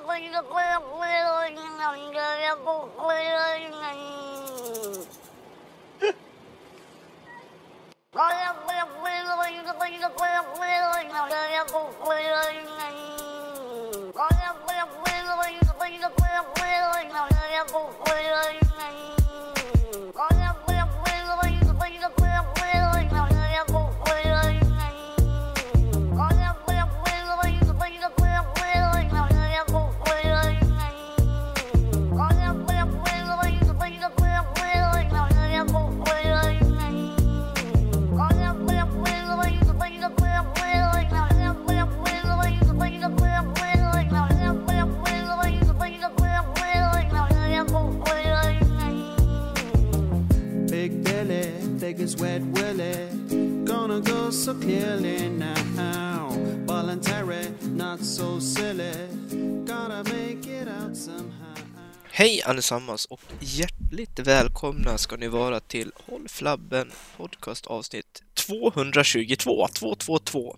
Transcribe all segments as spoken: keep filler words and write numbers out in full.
Vegas wet Willie, gonna go so clearly now. Voluntary, not so silly, gotta make it out somehow. Hej allesammans och hjärtligt välkomna ska ni vara till Håll Flabben podcast avsnitt tvåhundratjugotvå, tvåhundratjugotvå.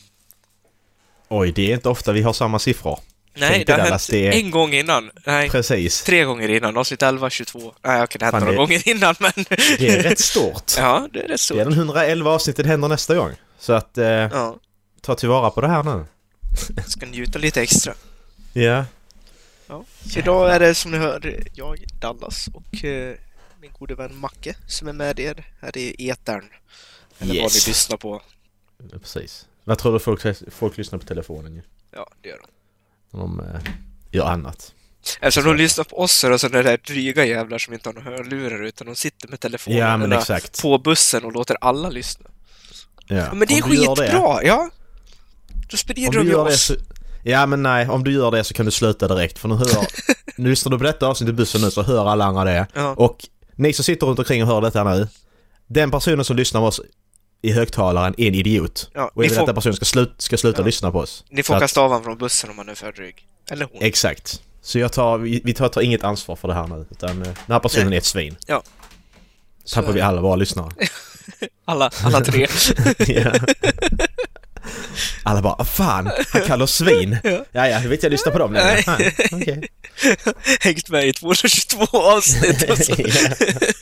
Oj, det är inte ofta vi har samma siffror. Nej, det har hänt det är... en gång innan. Nej, precis. Tre gånger innan, avsnitt elva, tjugotvå. Nej, okej, det hände några det... gånger innan, men... det är rätt stort. Ja, det är rätt stort. Det är den hundraelva avsnittet händer nästa gång. Så att, eh, ja. ta tillvara på det här nu. Jag ska njuta lite extra. Ja. Ja. Idag är det som ni hör, jag, Dallas, och eh, min gode vän Macke som är med er här i etern. Eller yes. Vad ni lyssnar på. Ja, precis. Vad tror du folk, folk lyssnar på telefonen? Ju? Ja, det gör de. De eh, gör annat. Eftersom de lyssnar på oss och sådana där dryga jävlar som inte har några hörlurar utan de sitter med telefonen ja, men exakt. på bussen och låter alla lyssna. Ja. Ja, men det är skitbra, ja. Då sprider de ju oss. Så... Ja, men nej, om du gör det så kan du sluta direkt. För nu hör nu lyssnar du på detta avsnitt i bussen nu så hör alla andra det. Ja. Och ni som sitter runt omkring och hör detta nu, den personen som lyssnar på oss i högtalaren är en idiot. Ja, och jag vill får... att den personen ska, slut, ska sluta ja. lyssna på oss. Ni får så kasta att... av honom från bussen om man är för dryg. Eller hon. Exakt. Så jag tar, vi, vi tar, tar inget ansvar för det här nu. Utan den här personen nej. är ett svin. Ja. Tappar vi alla våra lyssnare. alla, alla tre. ja. Alla bara, ah, fan, han kallar oss svin. Ja, ja, jag vet jag lyssnar på dem. Nej. Okay. Hängt med i tvåhundratjugotvå avsnitt. Alltså. ja.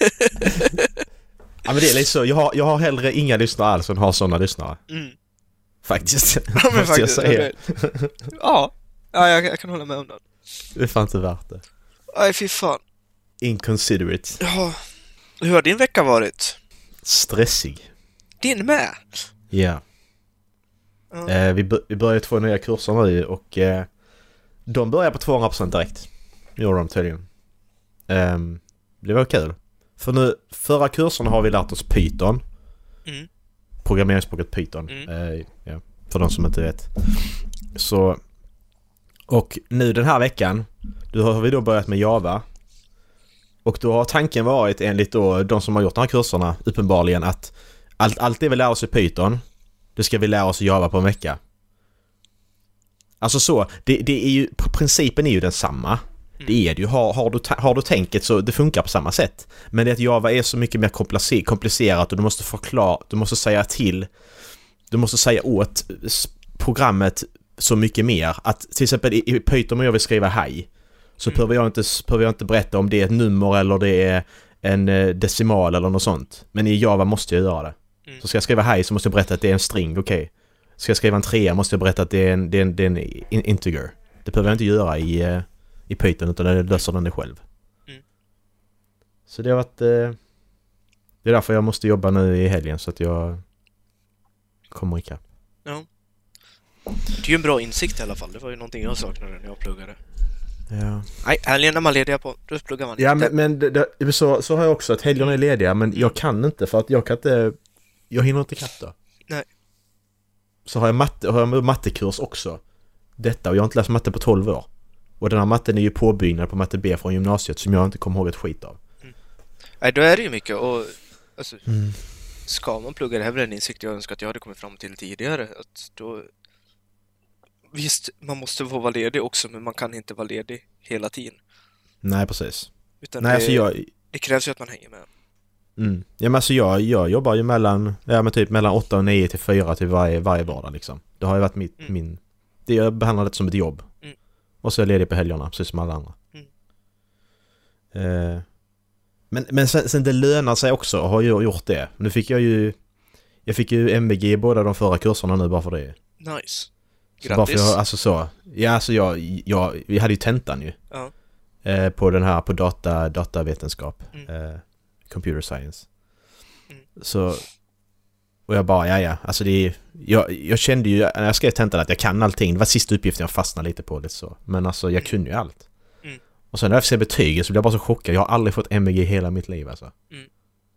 ja, men det är lite så. Jag har, jag har hellre inga lyssnare alls än har sådana lyssnare. Mm. Faktiskt. Ja, men faktiskt. Jag säga. ja, ja jag, jag kan hålla med om det. Det är fan inte värt det. Nej, fy fan. Inconsiderate. Ja. Hur har din vecka varit? Stressig. Din med? Ja. Uh. Eh, vi, b- vi börjar två nya kurser nu och eh, de börjar på tvåhundra procent direkt. Gjorde de tydligen. Eh, det var kul. För nu, förra kursen har vi lärt oss Python. Mm. Programmeringsspråket Python. Mm. Eh, ja, för de som inte vet. Så, och nu den här veckan då har vi då börjat med Java. Och då har tanken varit enligt då de som har gjort de här kurserna uppenbarligen att allt, allt det vi lär oss i Python det ska vi lära oss Java på en vecka. Alltså så, det, det är ju, principen är ju densamma. Mm. Det är det ju, har, har, du, har du tänket så det funkar på samma sätt. Men det är att Java är så mycket mer komplicerat och du måste förklara, du måste säga till, du måste säga åt programmet så mycket mer. Att till exempel i Python om jag vill skriva hej så mm. behöver, jag inte, behöver jag inte berätta om det är ett nummer eller det är en decimal eller något sånt. Men i Java måste jag göra det. Mm. Så ska jag skriva hej så måste jag berätta att det är en string, okej. Okay. Ska jag skriva en trea måste jag berätta att det är en, det är en, det är en integer. Det behöver jag inte göra i, i Python utan det löser den det själv. Mm. Så det har varit... Eh, det är därför jag måste jobba nu i helgen så att jag kommer ikapp. Ja. Det är ju en bra insikt i alla fall. Det var ju någonting jag saknade när jag pluggade. Ja. Nej, helgen är man lediga på. Då pluggar man ja, inte. Ja, men, men det, det, så, så har jag också att helgen är lediga men jag kan inte för att jag kan inte... Jag hinner inte kapp då. Nej. Så har jag, matte, har jag mattekurs också. Detta, och jag har inte läst matte på tolv år. Och den här matten är ju påbyggnad på matte B från gymnasiet som jag inte kommer ihåg ett skit av. Mm. Nej, då är det ju mycket. Och, alltså, mm. Ska man plugga det här är en insikt jag önskar att jag hade kommit fram till tidigare. Att då, visst, man måste få vara ledig också, men man kan inte vara ledig hela tiden. Nej, precis. Utan Nej, det, alltså jag... det krävs ju att man hänger med. Mm. Ja, men alltså jag, jag jobbar ju mellan ja, men typ mellan åtta och nio till fyra till varje, varje vardag liksom. Det har ju varit mitt, mm. min... Det jag behandlar det som ett jobb. Mm. Och så är jag ledig på helgerna, precis som alla andra. Mm. Eh, men men sen, sen det lönar sig också att ha gjort det. Nu fick jag ju... Jag fick ju M V G i båda de förra kurserna nu bara för det. Nice. Så bara för jag, alltså så. Ja, alltså jag, jag... Vi hade ju tentan ju. Ja. Eh, på den här, på data, datavetenskap. Mm. Eh, computer science. Mm. Så... Och jag bara, ja ja, alltså det är, jag, jag kände ju när jag skrev tentan att jag kan allting. Det var sista uppgiften jag fastnade lite på lite så. Men alltså jag kunde ju allt. Mm. Och sen när jag ser betyget så blev jag bara så chockad. Jag har aldrig fått M V G i hela mitt liv alltså. Mm.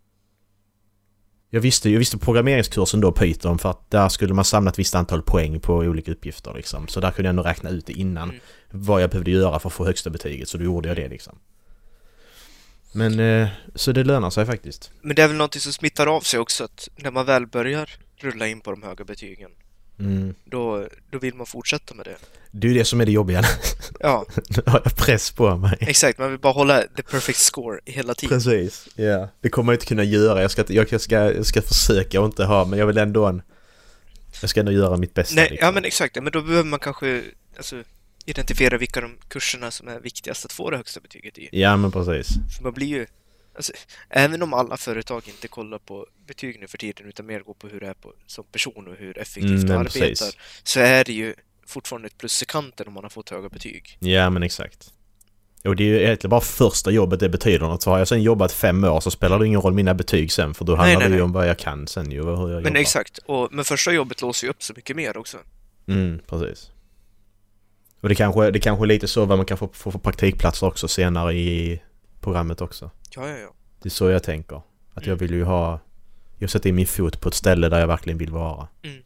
Jag visste, jag visste programmeringskursen då på Python för att där skulle man samla ett visst antal poäng på olika uppgifter liksom. Så där kunde jag ändå räkna ut det innan Mm. vad jag behövde göra för att få högsta betyget. Så då gjorde jag det liksom. Men eh, så det lönar sig faktiskt. Men det är väl något som smittar av sig också, att när man väl börjar rulla in på de höga betygen, Mm. då, då vill man fortsätta med det. Det är ju det som är det jobbiga. Ja, Nu har jag press på mig. exakt. Man vill bara hålla the perfect score hela tiden. Precis, ja. Yeah. Det kommer jag inte kunna göra. Jag ska, jag ska, jag ska försöka och inte ha, men jag vill ändå en, jag ska ändå göra mitt bästa. Nej, liksom. ja men exakt. Men då behöver man kanske alltså, identifiera vilka de kurserna som är viktigast att få det högsta betyget i. Ja, men precis. För man blir ju, alltså, även om alla företag inte kollar på betyg nu för tiden utan mer går på hur det är på, som person och hur effektivt Mm, du men arbetar, precis. så är det ju fortfarande ett plus i kanten om man har fått höga betyg. Ja, men exakt. Och det är ju egentligen bara första jobbet det betyder något. Så har jag sen jobbat fem år så spelar det ingen roll mina betyg sen. För då handlar nej, det nej. ju om vad jag kan sen ju, hur jag Men jobbar. exakt, och, men första jobbet låser ju upp så mycket mer också. Mm, precis. Och det kanske, det kanske är lite så vad man kan få, få, få praktikplatser också senare i programmet också. Ja, ja, ja. Det är så jag tänker. Att jag Mm. vill ju ha... Jag sätter in min fot på ett ställe där jag verkligen vill vara. Mm.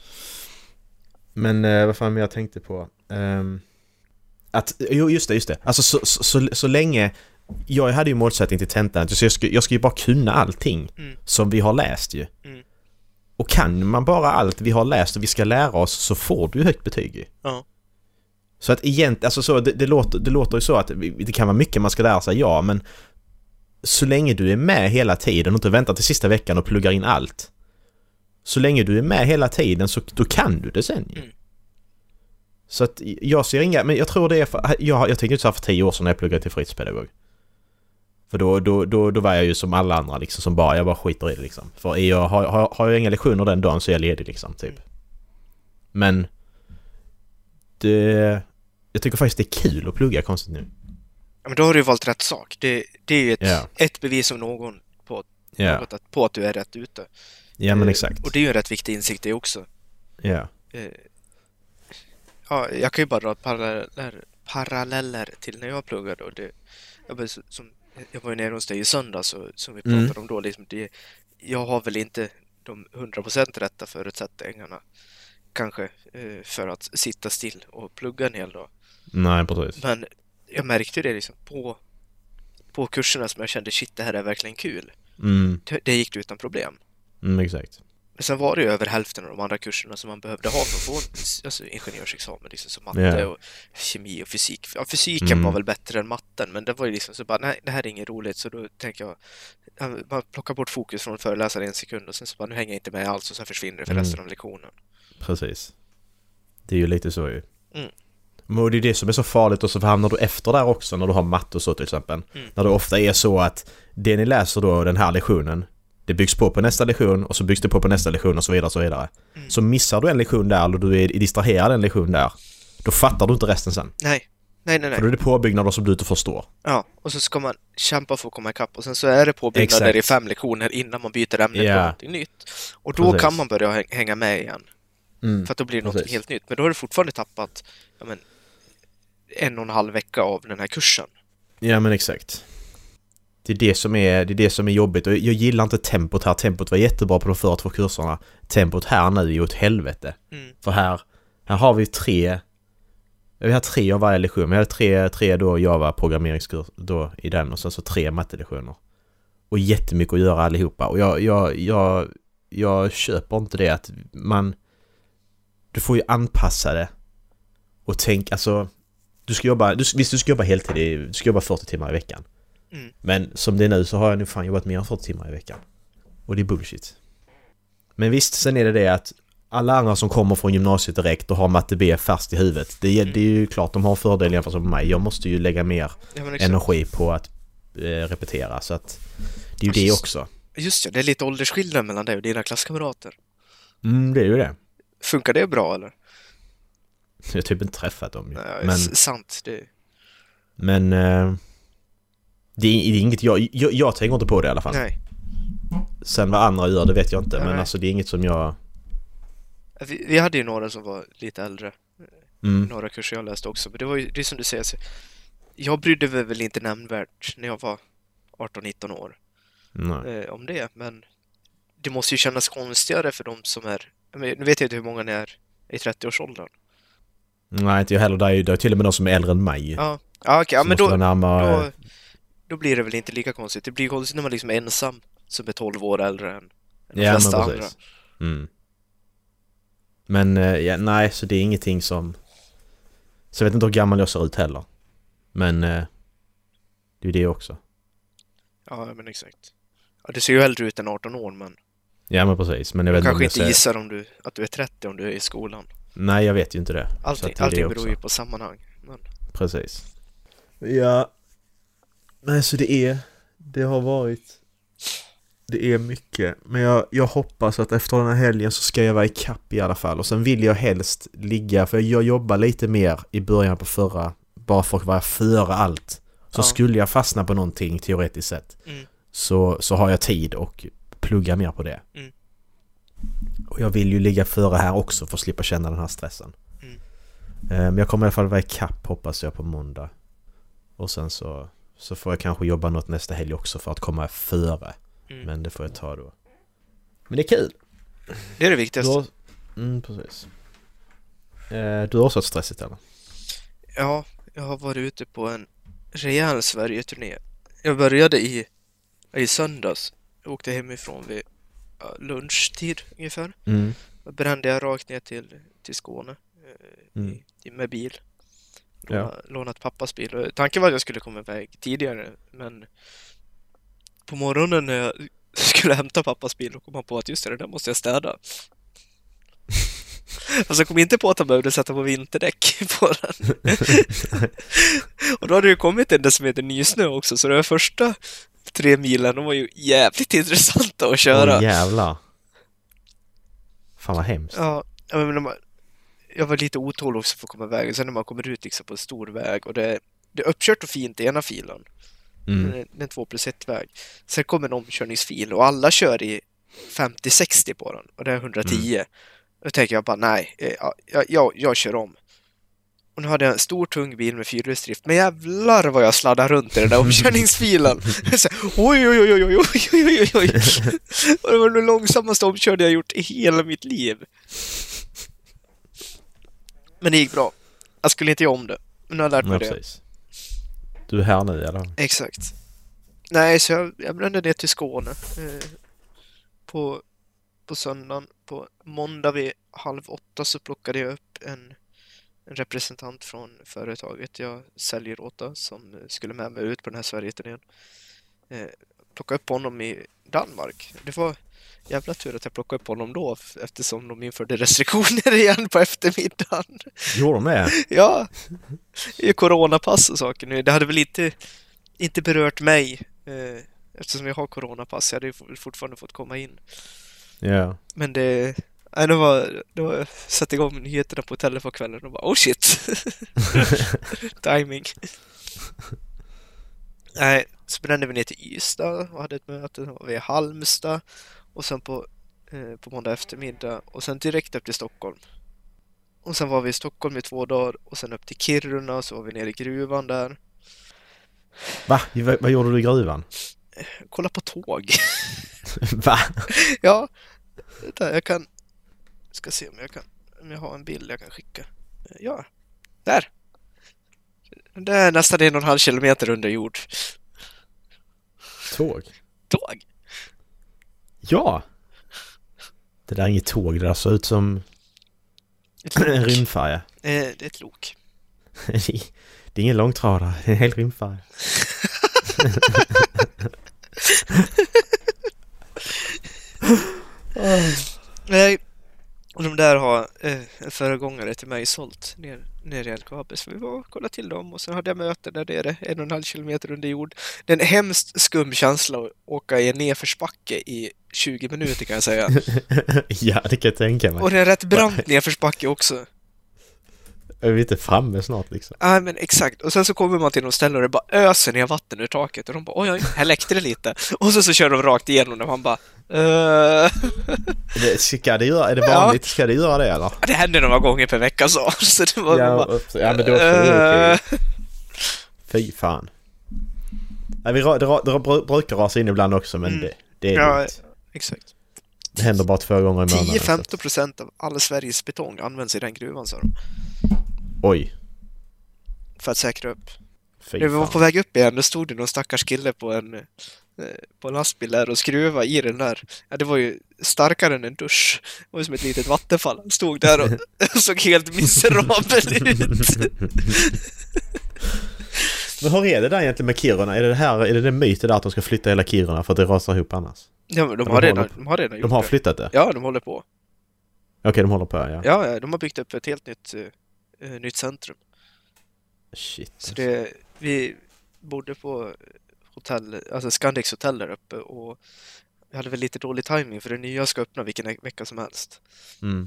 Men eh, vad fan jag tänkte på? Um, att, jo, just det, just det. Alltså så, så, så, så länge... Jag hade ju målsättning till tentan. Så jag ska, jag ska ju bara kunna allting Mm. som vi har läst ju. Mm. Och kan man bara allt vi har läst och vi ska lära oss så får du ju högt betyg ju. Ja. Så att egentligen, alltså så, det, det, låter, det låter ju så att det kan vara mycket man ska lära sig, ja, men så länge du är med hela tiden och inte väntar till sista veckan och pluggar in allt. Så länge du är med hela tiden så då kan du det sen ju. Mm. Så att jag ser inga, men jag tror det är för, jag, jag tänkte inte så här för tio år sedan när jag pluggade till fritidspedagog. För då, då, då, då var jag ju som alla andra liksom, som bara, jag bara skiter i det liksom. För jag, har, har, har jag inga lektioner den dagen så är jag ledig liksom, typ. Mm. Men det, jag tycker faktiskt det är kul att plugga konstigt nu. Ja, men då har du ju valt rätt sak. Det, det är ju ett, Ja. ett bevis av någon på, Ja, något att, på att du är rätt ute. ja men Eh, exakt. Och det är ju en rätt viktig insikt det också. Ja. Eh, ja, jag kan ju bara dra paralleller, paralleller till när jag pluggade. Och det, jag, var, som, jag var ju nere hos dig i söndag så, som vi pratade Mm. om då. Liksom det, jag har väl inte de hundra procent rätta förutsättningarna kanske eh, för att sitta still och plugga en hel dag. Nej, precis. Men jag märkte ju det liksom på, på kurserna som jag kände, shit, det här är verkligen kul. Mm, Det, det gick det utan problem. mm exakt. Men sen var det ju över hälften av de andra kurserna som man behövde ha för att få en alltså, ingenjörsexamen, liksom, som matte Ja. och kemi och fysik. Ja, fysiken Mm. var väl bättre än matten, men det var ju liksom så bara, nej, det här är inget roligt, så då tänker jag, ja, man plockar bort fokus från föreläsaren en sekund och sen så bara, nu hänger jag inte med alls och sen försvinner det för Mm. resten av lektionen. Precis. Det är ju lite så ju. Mm. Men det är det som är så farligt och så hamnar du efter där också när du har matte och så till exempel. Mm. När det ofta är så att det ni läser då den här lektionen, det byggs på på nästa lektion och så byggs det på på nästa lektion och så vidare och så vidare. Mm. Så missar du en lektion där och du är distraherad en lektion där, då fattar du inte resten sen. Nej, nej, nej, För nej. då är det påbyggnader som du inte förstår. Ja, och så ska man kämpa för att komma ikapp och sen så är det påbyggnader Exakt. i fem lektioner innan man byter ämne Ja. på någonting nytt. Och då Precis. kan man börja häng- hänga med igen. Mm. För att då blir det något Precis. helt nytt. Men då har du fortfarande tappat ja, men, en och en halv vecka av den här kursen. Ja, men exakt. Det är det som är, det är det som är jobbigt. Och jag gillar inte tempot här. Tempot var jättebra på de förra två kurserna. Tempot här nu är ju åt helvete. Mm. För här, här har vi tre... Vi har tre av varje lektion. Vi har tre, tre då Java-programmeringskurs då i den. Och sen så tre mattelektioner. Och jättemycket att göra allihopa. Och jag, jag, jag, jag köper inte det att man... Du får ju anpassa det. Och tänk, alltså... Du ska jobba, du, visst du ska jobba heltid, i- du ska jobba fyrtio timmar i veckan. Mm. Men som det är nu så har jag nu fan jobbat mer än fyrtio timmar i veckan. Och det är bullshit. Men visst, sen är det det att alla andra som kommer från gymnasiet direkt och har matte B fast i huvudet. Det, mm. det är ju klart de har fördel jämfört med mig. Jag måste ju lägga mer ja, energi på att eh, repetera. Så att det är ju det också. Just det, det är lite åldersskillnad mellan dig och dina klasskamrater. Mm, det är ju det. Funkar det bra eller? Jag har typ inte träffat dem. Nej, men, sant. Det... Men eh, det, är, det är inget jag, jag... Jag tänker inte på det i alla fall. Nej. Sen vad andra gör, det vet jag inte. Nej. Men alltså det är inget som jag... Vi, vi hade ju några som var lite äldre. Mm. Några kurser jag läste också. Men det var ju det som du säger. Jag brydde mig väl inte nämnvärt när jag var arton nitton år. Eh, om det. Men det måste ju kännas konstigare för de som är... Nu vet jag inte hur många ni är i trettio-årsåldern. Nej, inte jag heller. Det är, det är till och med de som är äldre än mig. Ja, ja okej. Ja, men då, närmare... då, då blir det väl inte lika konstigt. Det blir konstigt när man liksom är ensam som är tolv år äldre än, än de ja, flesta men andra. Mm. Men ja, nej, så det är ingenting som... Så jag vet inte hur gammal jag ser ut heller. Men det är ju det också. Ja, men exakt. Ja, det ser ju äldre ut än arton år, men... Ja, men precis. Men jag vet kanske inte inte ser... gissar om du, att du är trettio om du är i skolan. Nej, jag vet ju inte det. Allting, det allting det beror ju på sammanhang. Men... Precis. Ja. Nej, så det är... Det har varit... Det är mycket. Men jag, jag hoppas att efter den här helgen så ska jag vara i kapp i alla fall. Och sen vill jag helst ligga... För jag jobbar lite mer i början på förra... Bara för att vara före allt. Så ja. Skulle jag fastna på någonting teoretiskt sett. Mm. Så, så har jag tid och plugga mer på det. Mm. Och jag vill ju ligga före här också för att slippa känna den här stressen. Mm. Men jag kommer i alla fall vara i kapp, hoppas jag, på måndag. Och sen så, så får jag kanske jobba något nästa helg också för att komma före. Mm. Men det får jag ta då. Men det är kul. Det är det viktigaste. Har... Mm, precis. Du har också ett stressigt, eller? Ja, jag har varit ute på en rejäl Sverige-turné. Jag började i, i söndags. Jag åkte hemifrån vid ja, lunchtid ungefär. Mm. Då brände jag rakt ner till, till Skåne eh, mm. i, med bil. Låna, ja. Lånat pappas bil. Och tanken var att jag skulle komma iväg tidigare, men på morgonen när jag skulle hämta pappas bil och komma på att just det, där måste jag städa. Alltså jag kom inte på att han behövde sätta på vinterdäck på den. Och då hade det ju kommit en som heter nysnö också. Så de första tre milen, de var ju jävligt intressanta att köra. Åh jävlar. Fan vad hemskt. Ja, men man, jag var lite otålig också för att komma iväg. Sen när man kommer ut liksom på en stor väg och det, det är uppkört och fint i ena filen. Mm. Det är en två plus ett väg. Sen kommer en omkörningsfil och alla kör i femtio sextio på den. Och det är hundratio. Mm. Då tänker jag bara, nej, jag, jag, jag kör om. Och nu hade jag en stor tung bil med fyrhjulsdrift. Men jävlar vad jag sladdar runt i den där omkörningsfilen. Så, oj, oj, oj, oj, oj, oj, oj, oj. Och det var den långsammaste omkörning jag gjort i hela mitt liv. Men det gick bra. Jag skulle inte göra om det. Men nu har jag lärt mig ja, det. Precis. Du är här nu, eller? Exakt. Nej, så jag, jag brände ner till Skåne. Eh, på... På söndagen, på måndag vid halv åtta så plockade jag upp en, en representant från företaget jag säljer åt då, som skulle med mig ut på den här Sverige-turnén. Eh, plockade upp honom i Danmark. Det var jävla tur att jag plockade upp honom då, eftersom de införde restriktioner igen på eftermiddagen. Gjorde de det? Ja, i coronapass och saker. Det hade väl inte, inte berört mig eh, eftersom jag har coronapass. Jag hade ju fortfarande fått komma in. Ja. Yeah. Men det... Nej, det var... Det var satt igång nyheterna på hotellet på kvällen och bara, oh shit! Timing. Nej, så brände vi ner till Ystad och hade ett möte. Och vi i Halmstad. Och sen på, eh, på måndag eftermiddag. Och sen direkt upp till Stockholm. Och sen var vi i Stockholm i två dagar. Och sen upp till Kiruna. Och så var vi nere i gruvan där. Va? V- vad gjorde du i gruvan? Kolla på tåg. Va? Ja, vänta, jag kan... Ska se om jag kan... Om jag har en bild jag kan skicka. Ja, där. Det är nästan en och en halv kilometer under jord. Tåg? Tåg? Ja. Det där är inget tåg, det där ser ut som en rymdfärja. Eh, det är ett lok. Det är ingen långtradare, det är en hel rymdfärja. Nej. Och de där har eh, en föregångare till mig sålt ner, ner i L K A B. Så vi var och kollade till dem och sen hade jag möte där nere, en och en halv kilometer under jord. Det är en hemskt skum känsla att åka i en nedförsbacke i tjugo minuter kan jag säga. Ja, det kan jag tänka mig. Och det är en rätt brant nedförsbacke också. Är vi inte framme snart liksom? Ja, ah, men exakt. Och sen så kommer man till någon ställe och det bara öser ner vatten ur taket. Och de bara, oj, oj, här läckte det lite. Och så, så kör de rakt igenom och man bara, uh... det, ska det göra, är det vanligt? Ja. Ska det göra det eller? Det händer några gånger per vecka så. så det var ja, bara, ja, men då är det okej. Fy fan. Ja, vi, det, det brukar rasa in ibland också, men mm. det, det är ja, lite. Exakt. Det händer bara två gånger i månaden. tio till femton procent av all Sveriges betong används i den gruvan, sa de. Oj. För att säkra upp. Fy När vi var fan. på väg upp igen, då stod det någon stackars kille på en, eh, på en lastbil där och skruva i den där. Ja, det var ju starkare än en dusch. Det var ju som ett litet vattenfall. Han stod där och såg helt miserabel ut. Men hur är det där egentligen med Kiruna? Är det, det här, är det den myten där att de ska flytta hela Kiruna för att det rasar ihop annars? Ja, men de, de har, redan, håller, de har redan gjort De har det. flyttat det? Ja, de håller på. Okej, okay, de håller på, ja. Ja, de har byggt upp ett helt nytt, uh, nytt centrum. Shit. Så det, vi bodde på hotell, alltså Scandics hotell där uppe och vi hade väl lite dålig timing för det nya ska öppna vilken vecka som helst. Mm.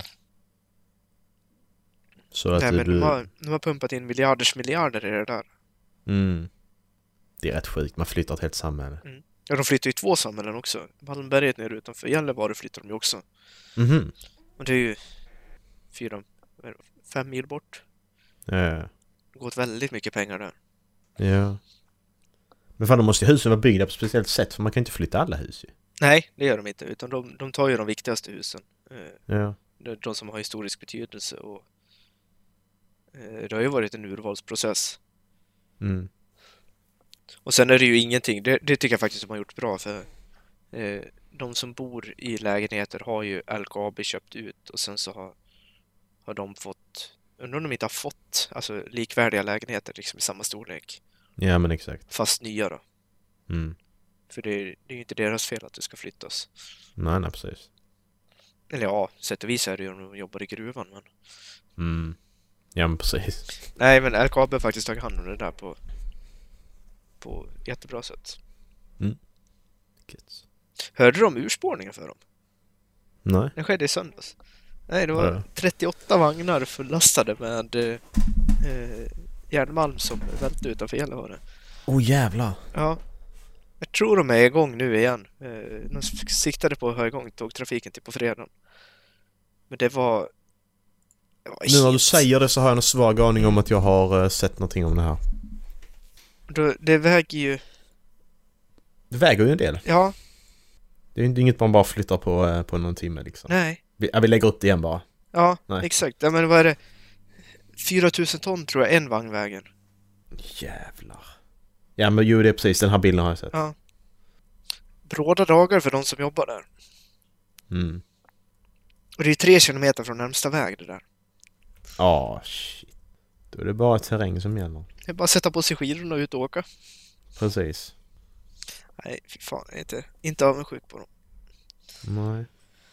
Så att Nej, men du... de, har, de har pumpat in miljarders miljarder i det där. Mm. Det är rätt sjukt, man flyttar ett helt samhälle. Mm. Ja, de flyttar ju två samhällen också. Malmberget nere utanför Gällivare flyttar de ju också. Mhm. Och det är ju fyra, fem mil bort. Ja. Det går åt väldigt mycket pengar där. Ja. Men fan, då måste husen vara byggda på ett speciellt sätt för man kan inte flytta alla hus ju. Nej, det gör de inte. Utan de, de tar ju de viktigaste husen. Ja. De, de som har historisk betydelse. Och det har ju varit en urvalsprocess. Mm. Och sen är det ju ingenting. Det, det tycker jag faktiskt de har gjort bra. För eh, de som bor i lägenheter har ju L K A B köpt ut. Och sen så har, har de fått... Undrar om de inte har fått alltså, likvärdiga lägenheter liksom, i samma storlek. Ja, men exakt. Fast nya då. Mm. För det är, det är ju inte deras fel att det ska flyttas. Nej, nej, precis. Eller ja, sätt och vis är det ju om de jobbar i gruvan. Men... Mm. Ja, men precis. Nej, men L K A B har faktiskt tagit hand om det där på, på jättebra sätt. Mm. Kids. Hörde du om urspårningen för dem? Nej. Det skedde i söndags. Nej, det var Ja. trettioåtta vagnar fullastade med eh, järnmalm som välte utanför Gällivare. Åh, oh, jävlar. Ja. Jag tror de är igång nu igen. Eh, de siktade på att ha igång tågtrafiken till på fredagen. Men det var... Det var Nu när du helt... säger det så har jag en svag aning om att jag har uh, sett någonting om det här. Då, det väger ju... Det väger ju en del. Ja. Det är ju inget man bara flyttar på, uh, på någon timme liksom. Nej. Vi, ja, vi lägger upp det igen bara. Ja, Nej. exakt. Ja, men vad är det? fyra tusen ton tror jag en vagnvägen. Jävlar. Ja, men ju det är precis den här bilden har jag sett. Ja. Bråda dagar för de som jobbar där. Mm. Och det är tre kilometer från närmsta väg det där. Ja, oh, shit. Då är det bara terräng som gäller. Det är bara att sätta på sig skidorna och ut och åka. Precis. Nej, fy fan. Jag är inte, inte avundsjuk på dem. Nej.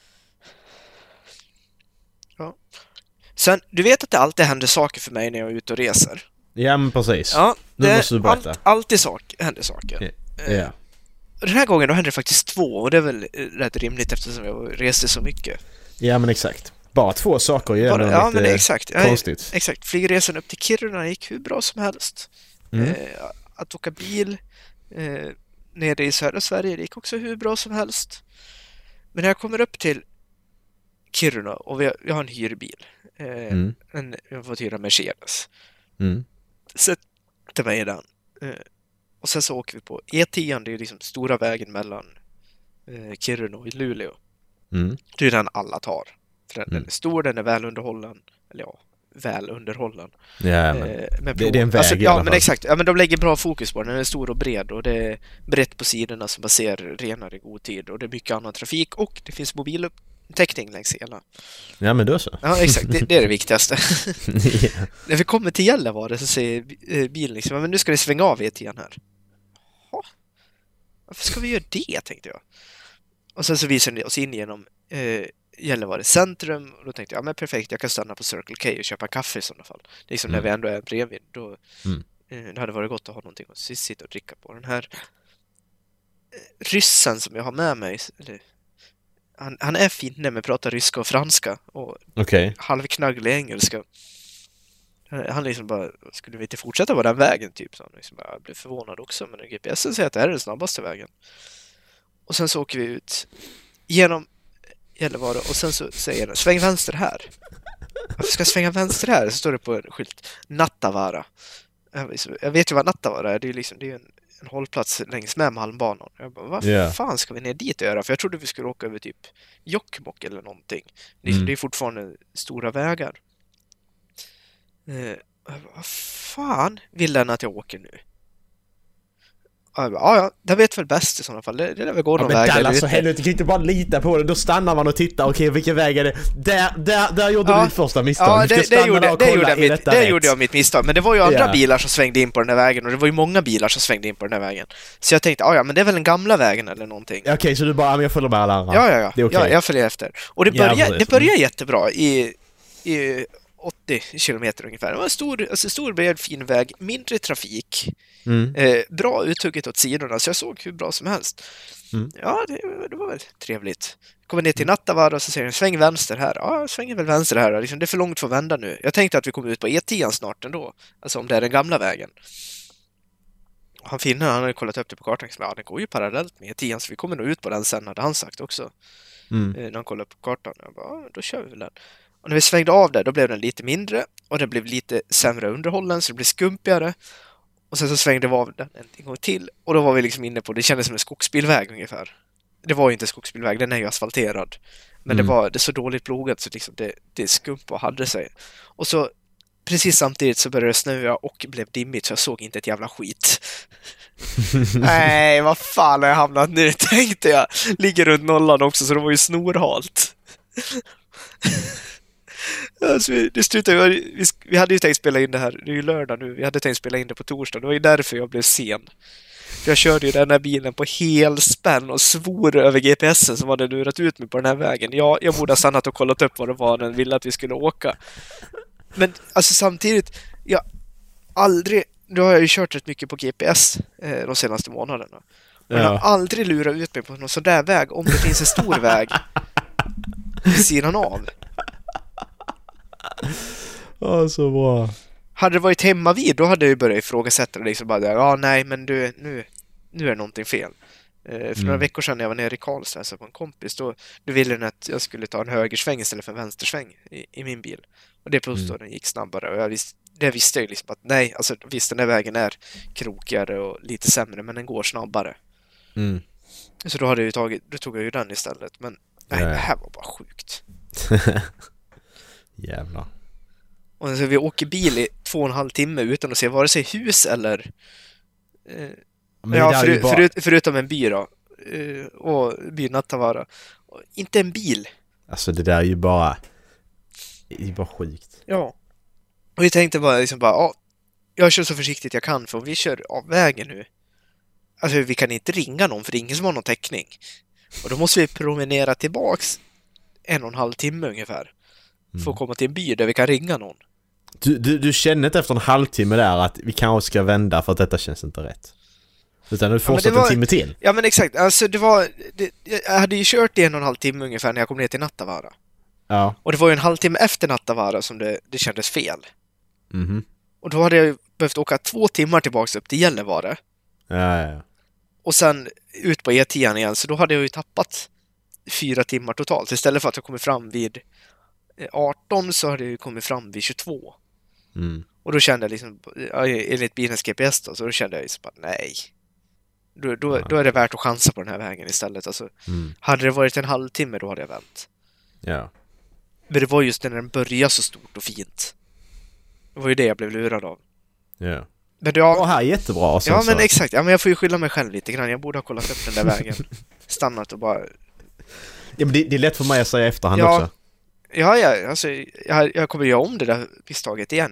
Ja. Sen, du vet att det alltid händer saker för mig när jag är ute och reser. Ja, men precis. Ja, nu det måste du berätta. Allt, alltid sak, händer saker. Ja. Ja. Och den här gången då hände det faktiskt två. Och det är väl rätt rimligt eftersom jag reste så mycket. Ja, men exakt. Bara två saker gör Bara, det ja, lite men det är exakt. Ja, konstigt. exakt. Flygresan upp till Kiruna gick hur bra som helst. Mm. Eh, att åka bil eh, nere i södra Sverige det gick också hur bra som helst. Men när jag kommer upp till Kiruna och vi har, vi har en hyrbil. Eh, Mm. en, jag har fått hyra Mercedes. Mm. Sätter mig i den. Eh, och sen så åker vi på E tio, det är liksom stora vägen mellan eh, Kiruna och Luleå. Mm. Det är den alla tar. För den, Mm. den är stor, den är väl underhållen. Eller ja, väl underhållen. Ja, men Eh, med det, det är en väg alltså, i alla ja, fall. men exakt. Ja, men de lägger bra fokus på den. Den är stor och bred och det är brett på sidorna som man ser renare i god tid. Och det är mycket annan trafik och det finns mobilupptäckning längs hela. Ja, men då så. Ja, exakt. Det, det är det viktigaste. Ja. När vi kommer till Gällivare så säger eh, bilen liksom, men nu ska det svänga av E tio här. Jaha. Varför ska vi göra det, tänkte jag. Och sen så visar det oss in genom eh, Gällivare centrum och då tänkte jag, ja men perfekt, jag kan stanna på Circle K och köpa kaffe i sådana fall. Det är liksom mm. när vi ändå är bredvid, då Mm. eh, det hade varit gott att ha någonting att sitta och dricka på. Den här eh, ryssen som jag har med mig, eller, han, han är finne men pratar ryska och franska och Okej. halvknagglig engelska. Han liksom bara, skulle vi inte fortsätta på den vägen typ? Så han liksom bara, jag blev förvånad också, men G P S säger att det här är den snabbaste vägen. Och sen så åker vi ut genom Gällivare och sen så säger den, sväng vänster här. Varför ska jag svänga vänster här? Så står det på en skylt, Nattavaara. Jag vet ju vad Nattavaara är, det är ju liksom, det är en, en hållplats längs med Malmbanan. Jag bara, vad Yeah. fan ska vi ner dit och göra? För jag trodde vi skulle åka över typ Jokkmokk eller någonting. Det, mm. det är fortfarande stora vägar. Eh, vad fan vill den att jag åker nu? Ja, ja, det vet väl bäst i sådana fall. Det, det är väl gå ja, någon men väg. Dallas, så helvete, du kan inte bara lita på det. Då stannar man och tittar. Okej, okay, vilken väg är det? Där, där, där gjorde ja. du ditt första misstag. Ja, du ska det, stanna det, gjorde, där och det, kolla, gjorde, är mitt, detta det rätt? gjorde jag mitt misstag. Men det var ju andra Ja. bilar som svängde in på den här vägen. Och det var ju många bilar som svängde in på den här vägen. Så jag tänkte, ja men det är väl den gamla vägen eller någonting. Okej, okay, så du bara, men jag följer med alla andra. Ja, ja, ja. Det är okay. Ja, jag följer efter. Och det börjar, ja, det börjar jättebra i, i åttio kilometer ungefär. Det var en stor, alltså stor bred fin väg, mindre trafik. Mm. Eh, bra uttugget åt sidorna, så jag såg hur bra som helst. Mm. Ja, det, det var väl trevligt. Kommer ner till Nattavaara och så säger den, sväng vänster här. Ja, jag svänger väl vänster här. Liksom, det är för långt för att vända nu. Jag tänkte att vi kommer ut på E tio snart ändå. Alltså om det är den gamla vägen. Han finner, han har kollat upp det på kartan. Ja, den går ju parallellt med E tio, så vi kommer nog ut på den sen, hade han sagt också. Mm. Eh, när han kollade på kartan. Jag bara, ja, då kör vi väl den. Och när vi svängde av där, då blev den lite mindre. Och det blev lite sämre underhållen, så det blev skumpigare. Och sen så svängde vi av den en gång till. Och då var vi liksom inne på, det kändes som en skogsbilväg ungefär. Det var ju inte en skogsbilväg, den är ju asfalterad. Men mm. det var det så dåligt plogat så liksom det, det skump och hade sig. Och så precis samtidigt så började det snöa och blev dimmigt, så jag såg inte ett jävla skit. Nej, vad fan har jag hamnat nu, tänkte jag. Ligger runt nollan också, så det var ju snorhalt. Alltså, det slutade, vi, vi hade ju tänkt spela in det här, det är ju lördag nu, vi hade tänkt spela in det på torsdag, det var ju därför jag blev sen. För jag körde ju den här bilen på helspänn och svor över G P S'en som hade lurat ut mig på den här vägen. Ja, jag borde ha stannat och kollat upp vad det var den ville att vi skulle åka. Men alltså samtidigt, jag aldrig, nu har jag ju kört rätt mycket på G P S eh, de senaste månaderna. Men ja. Jag har aldrig lurat ut mig på någon sån där väg om det finns en stor väg vid sidan av. Ja, så bra. Hade det varit hemma vid, då hade jag ju börjat ifrågasätta det liksom bara, ja nej men du, nu, nu är det någonting fel. Eh, för mm. några veckor sedan när jag var nere i Karlstad så på en kompis, då, då ville den att jag skulle ta en högersväng istället för en vänstersväng i, i min bil. Och det påstod mm. den gick snabbare, och jag visste, det visste jag liksom att nej, alltså visst den här vägen är krokigare och lite sämre, men den går snabbare. Mm. Så då hade jag ju tagit, då tog jag ju den istället, men nej, det här var bara sjukt. Jävlar. Och så vi åker bil i två och en halv timme utan att se vare sig hus eller eh, ja, för, bara... förut, förutom en by då, eh, och byn Nattavaara. Inte en bil. Alltså det där är ju bara det är bara sjukt. Ja. Och jag tänkte bara liksom bara, ja, jag kör så försiktigt jag kan, för om vi kör av vägen nu, alltså vi kan inte ringa någon, för det är ingen som har någon täckning. Och då måste vi promenera tillbaks en och en halv timme ungefär. Mm. För att komma till en by där vi kan ringa någon. Du, du, du känner inte efter en halvtimme där att vi kanske ska vända för att detta känns inte rätt? Utan du fortsätter ja, en timme till? Ja men exakt, alltså det var det, jag hade ju kört i en och en halv timme ungefär när jag kom ner till Nattavaara. Ja. Och det var ju en halvtimme efter Nattavaara som det, det kändes fel. Mhm. Och då hade jag ju behövt åka två timmar tillbaka upp till Gällivare. Ja, ja, ja. Och sen ut på E tio igen, så då hade jag ju tappat fyra timmar totalt. Istället för att jag kommit fram vid arton så hade jag ju kommit fram vid tjugotvå. Mm. Och då kände jag liksom, enligt bilens G P S då, så då kände jag liksom bara, nej. Då, då, ja. då är det värt att chansa på den här vägen istället. Alltså, mm. hade det varit en halvtimme, då hade jag vänt. Ja. Men det var just när den började så stort och fint. Det var ju det jag blev lurad av. Ja. Men jag... Åh, här är jättebra. Ja, men så. exakt. Ja, men jag får ju skylla mig själv lite grann. Jag borde ha kollat upp den där vägen. Stannat och bara... Ja, men det, det är lätt för mig att säga efterhand ja. också. Ja, ja. Alltså, jag, jag kommer göra om det där misstaget igen.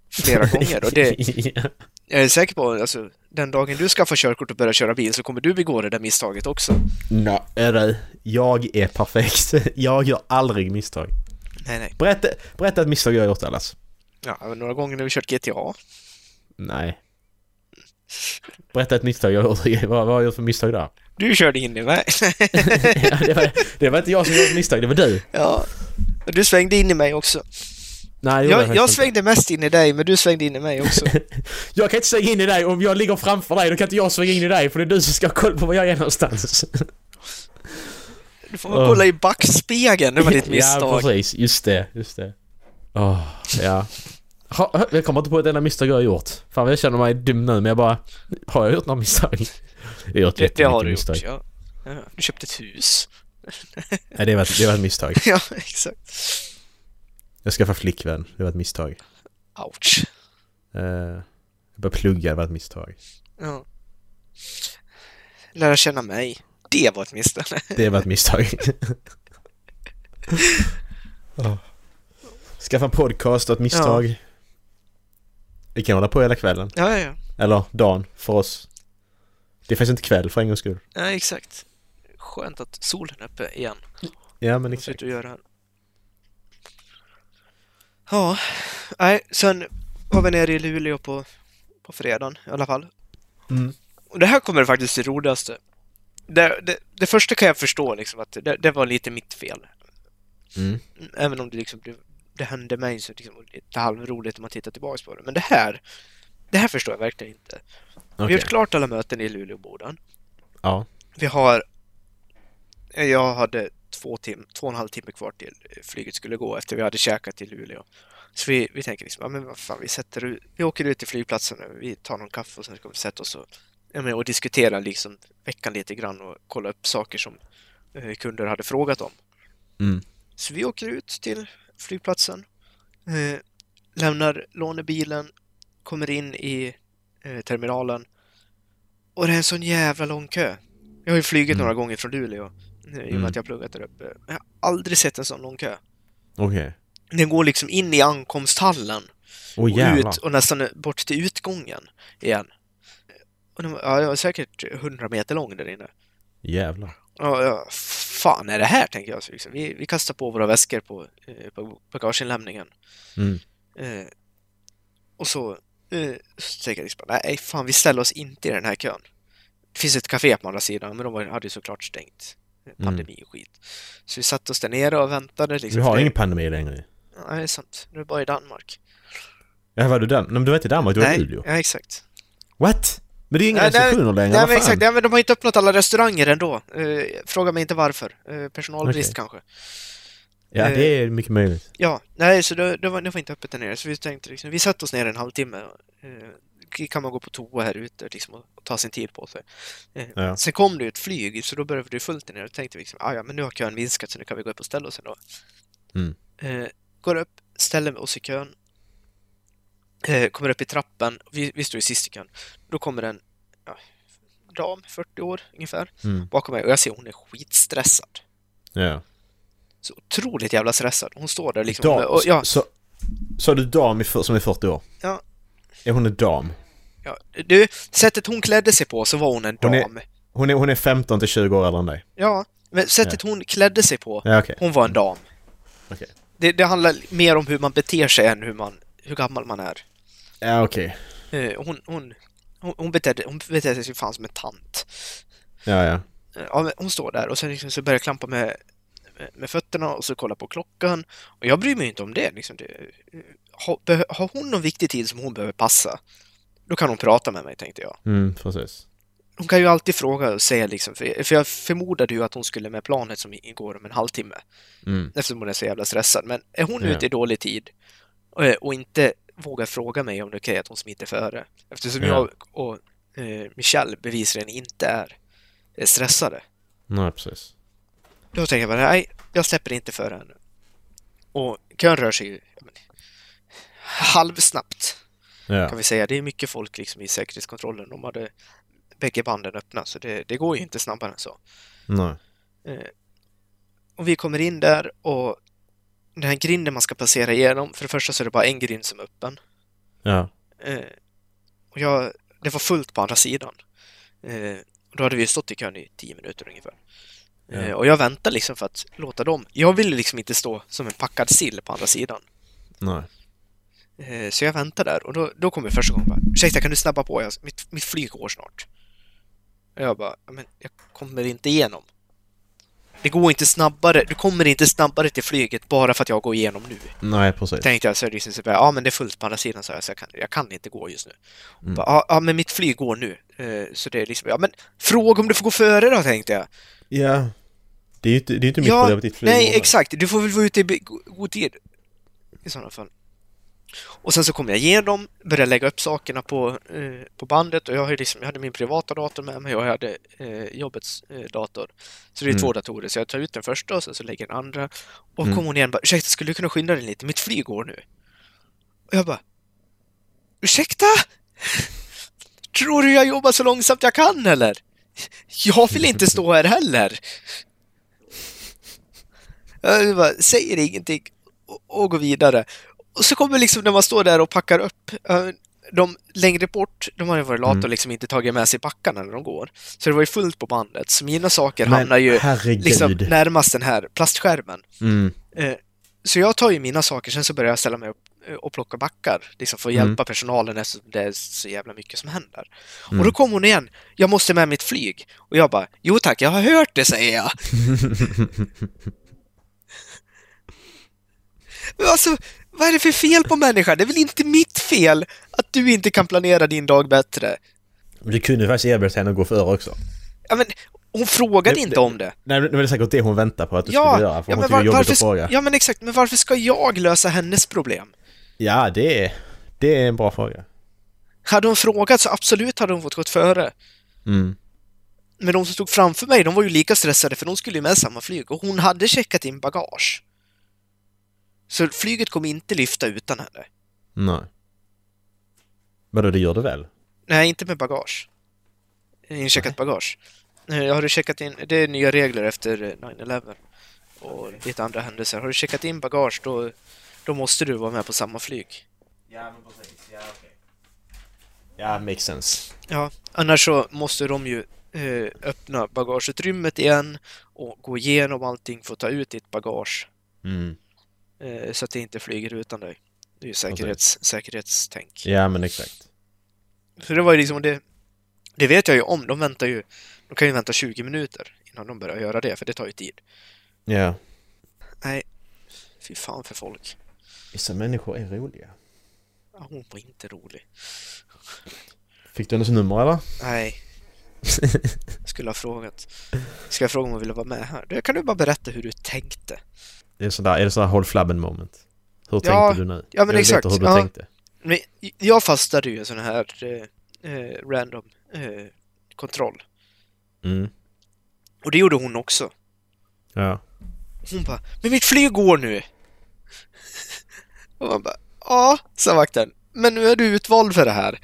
flera gånger. Och det, Ja. jag är säker på, alltså, den dagen du skaffar körkort och börjar köra bil så kommer du begå det där misstaget också. Nå, är det, jag är perfekt. Jag gör aldrig misstag. Nej, nej. Berätta, berätta ett misstag jag har gjort, Allas. Ja, men några gånger när vi kört G T A. Nej. Berätta ett misstag jag har gjort. Vad, vad har jag gjort för misstag där? Du körde in i mig. Ja, det, var, det var inte jag som gjorde misstag, det var du. Ja, och du svängde in i mig också. Nej, det gjorde Jag, jag faktiskt svängde mest in i dig, men du svängde in i mig också. inte. Jag kan inte svänga in i dig. Om jag ligger framför dig, då kan inte jag svänga in i dig. För det är du som ska ha koll på var jag är någonstans. Du får väl kolla i backspegeln, det var ditt misstag. Ja, precis. Just det, just det. Åh, ja. Ha, jag kommer inte på ett enda misstag jag har gjort. Fan, jag känner mig dum nu, men jag bara... Har jag gjort några misstag? Jag har gjort Det, det har du misstag. gjort, ja. Ja, du köpte ett hus. Nej, det var, ett, det var ett misstag. Ja, exakt. Jag skaffade flickvän, det var ett misstag. Ouch. Uh, jag började plugga, det var ett misstag. Ja. Lära känna mig. Det var ett misstag. Det var ett misstag. oh. Skaffa en podcast, ett misstag. Ja. Vi kan hålla på hela kvällen. Ja, ja, ja. Eller dagen för oss. Det finns inte kväll för en gångs skull. Ja, exakt. Skönt att solen är uppe igen. Ja, men exakt. Du gör det här. Ja, nej, sen var vi nere i Luleå på, på fredagen i alla fall. Mm. Och det här kommer faktiskt det roligaste. Det, det, det första kan jag förstå liksom, att det, det var lite mitt fel. Mm. Även om det liksom det, det hände mig så liksom, det är halvroligt om man tittar tillbaka på det. Men det här, det här förstår jag verkligen inte. Okay. Vi har gjort klart alla möten i Luleåboden. Ja. Vi har... Jag hade två, tim, två och en halv timme kvar till flyget skulle gå efter vi hade käkat i Luleå. Så vi, vi tänker liksom, ja men vad fan, vi sätter ut, vi åker ut till flygplatsen, vi tar någon kaffe och sen ska vi sätta oss och, ja, men, och diskutera liksom veckan lite grann och kolla upp saker som eh, kunder hade frågat om. Mm. Så vi åker ut till flygplatsen, eh, lämnar lånebilen, kommer in i eh, terminalen och det är en sån jävla lång kö. Jag har ju flugit mm. några gånger från Luleå i och med mm. att jag har pluggat där uppe. Jag har aldrig sett en sån lång kö. Okej. Okay. Den går liksom in i ankomsthallen oh, och ut och nästan bort till utgången igen. Och den var, ja, jag var säkert hundra meter lång där inne. Jävlar. Ja, ja, fan är det här, tänker jag. Så liksom, vi, vi kastar på våra väskor på, eh, på bagageinlämningen. Mm. Eh, och så, eh, så tänker jag liksom, nej fan, vi ställer oss inte i den här kön. Det finns ett café på andra sidan, men de hade ju såklart stängt. Pandemi och skit. Så vi satt oss där nere och väntade. Liksom, vi har det... ingen pandemi längre. Ja, det är sant. Nu är bara i Danmark. Ja, var du där? Men du vet i Danmark, du var i Luleå. Ja, exakt. What? Men det är inga nej, restriktioner längre. Nej, men exakt. Ja, men de har inte öppnat alla restauranger ändå. Uh, fråga mig inte varför. Uh, personalbrist okay. kanske. Ja, det är mycket möjligt. Ja, nej, så det, det, var, det var inte öppet där nere. Så vi tänkte liksom, vi satt oss ner en halvtimme. Uh, kan man gå på toa här ute liksom, och, och ta sin tid på sig. Uh, ja. Sen kom det ett flyg, så då började det fullt där nere. Och tänkte vi liksom, ah, ja, men nu har kön minskat så nu kan vi gå upp och ställa oss ändå. Mm. Uh, går upp, ställer oss i kön. Uh, kommer upp i trappen. Vi, vi står i sist i kön. Då kommer en ja, dam, fyrtio år ungefär, mm. bakom mig. Och jag ser hon är skitstressad. Ja. Så otroligt jävla stressad. Hon står där liksom. Dam, och, ja. Så, så är du dam som är fyrtio år? Ja. Är hon en dam? Ja. Du, sättet hon klädde sig på så var hon en dam. Hon är, hon är, hon är femton till tjugo år äldre än dig? Ja, men sättet ja. hon klädde sig på, ja, okay. hon var en dam. Okay. Det, det handlar mer om hur man beter sig än hur, man, hur gammal man är. Ja, okej. Okay. Hon, hon, hon, hon betedde, hon betedde sig fan som en tant. Ja, ja. Ja, hon står där och sen liksom så börjar jag klampa med, med, med fötterna och så kolla på klockan. Och jag bryr mig inte om det. Liksom det har, be, har hon någon viktig tid som hon behöver passa, då kan hon prata med mig, tänkte jag. Mm, precis. Hon kan ju alltid fråga och säga liksom, för, för jag förmodade ju att hon skulle med planet som igår om en halvtimme. Mm. Eftersom hon är så jävla stressad. Men är hon ja. ute i dålig tid och, och inte vågar fråga mig om det är okej att hon smiter före. Eftersom ja. jag och eh, Michelle bevisligen inte är, är stressade. Nej, precis. Då tänker jag bara, nej, jag släpper inte före henne. Och kön rör sig ju men, halvsnabbt. Ja. Kan vi säga. Det är mycket folk liksom i säkerhetskontrollen. De hade bägge banden öppna, så det, det går ju inte snabbare än så. Nej. Eh, och vi kommer in där och den här grinden man ska passera igenom, för det första så är det bara en grind som är öppen. Ja. Eh, och jag, det var fullt på andra sidan. Eh, då hade vi stått i kön i tio minuter ungefär. Ja. Eh, och jag väntade liksom för att låta dem... Jag ville liksom inte stå som en packad sill på andra sidan. Nej. Eh, så jag väntade där och då, då kom jag första gången bara, ursäkta, kan du snabba på? Jag, mitt, mitt flyg går snart. Och jag bara, men jag kommer inte igenom. Det går inte snabbare, du kommer inte snabbare till flyget bara för att jag går igenom nu. Nej, precis. Tänkte jag så liksom så bara, ja men det är fullt på andra sidan, så jag, så jag, kan, jag kan inte gå just nu. Mm. Bara, ja, ja men mitt flyg går nu. Eh, så det är liksom, ja men fråga om du får gå före då, tänkte jag. Ja. Det är ju inte, det är inte mitt Ja, problem att ditt flyg nej, går. exakt. Du får väl vara ute i be- god tid. I sådana fall. Och sen så kom jag igenom, började lägga upp sakerna på, eh, på bandet och jag, hade liksom, jag hade min privata dator med mig och jag hade eh, jobbets eh, dator. Så det är Mm. två datorer, så jag tar ut den första och sen så lägger den andra. Och Mm. kom hon igen och bara, ursäkta, skulle du kunna skynda dig lite? Mitt flyg går nu. Och jag bara, ursäkta? Tror du jag jobbar så långsamt jag kan, eller? Jag vill inte stå här heller. Jag bara, säger ingenting och, och går vidare. Och så kommer liksom när man står där och packar upp, de längre bort, de har ju varit lata och Mm. liksom inte tagit med sig backarna när de går. Så det var ju fullt på bandet. Så mina saker Men hamnar ju herregud. liksom närmast den här plastskärmen. Mm. Eh, Så jag tar ju mina saker, sen så börjar jag ställa mig upp eh, och plocka backar. Liksom för att Mm. hjälpa personalen eftersom det är så jävla mycket som händer. Mm. Och då kom hon igen, jag måste med mitt flyg. Och jag bara, jo tack, jag har hört det, säger jag. Men alltså, vad är det för fel på människan? Det är väl inte mitt fel att du inte kan planera din dag bättre? Du kunde faktiskt erbjuda henne att gå före också. Ja, men hon frågade Det- inte det- om det. Nej, det var det säkert det hon väntade på att du Ja, skulle göra. För ja, hon men tycker det är var, jobbigt varför, att fråga. ja, men exakt. Men varför ska jag lösa hennes problem? Ja, det är, det är en bra fråga. Hade hon frågat så absolut hade hon fått gått före. Mm. Men de som stod framför mig, de var ju lika stressade för de skulle ju med samma flyg. Och hon hade checkat in bagage. Så flyget kom inte lyfta utan henne. Nej. Vadå, det gör det väl? Nej, inte med bagage. Incheckat bagage. Eh, Jag har du checkat in, det är nya regler efter nine eleven och lite andra händelser. Har du checkat in bagage, då, då måste du vara med på samma flyg. Ja, men precis. Ja, okej. Ja, makes sense. Ja, annars så måste de ju eh, öppna bagageutrymmet igen och gå igenom allting för att ta ut ditt bagage. Mm. Eh, så att det inte flyger utan dig. Det är ju säkerhets, säkerhetstänk. Ja, men exakt. Så det var ju liksom det. Det vet jag ju om. De väntar ju. De kan ju vänta tjugo minuter innan de börjar göra det, för det tar ju tid. Ja. Nej, fy fan för folk. Vissa människor är roliga. Ja, hon var inte rolig. Fick du hennes nummer, eller? Nej. Skulle ha frågat. Ska jag fråga om hon ville vara med här? Det kan du bara berätta hur du tänkte. Det är sådär, är det sådär håll flabben moment? Hur Ja, tänkte du nu? ja, men Jag exakt. vet hur du Ja. tänkte. Men jag fastade ju en sån här eh, eh, random eh, kontroll. Mm. Och det gjorde hon också. Ja. Hon bara, men mitt flyg går nu. Och man bara, ja, sa vakten. Men nu är du utvald för det här.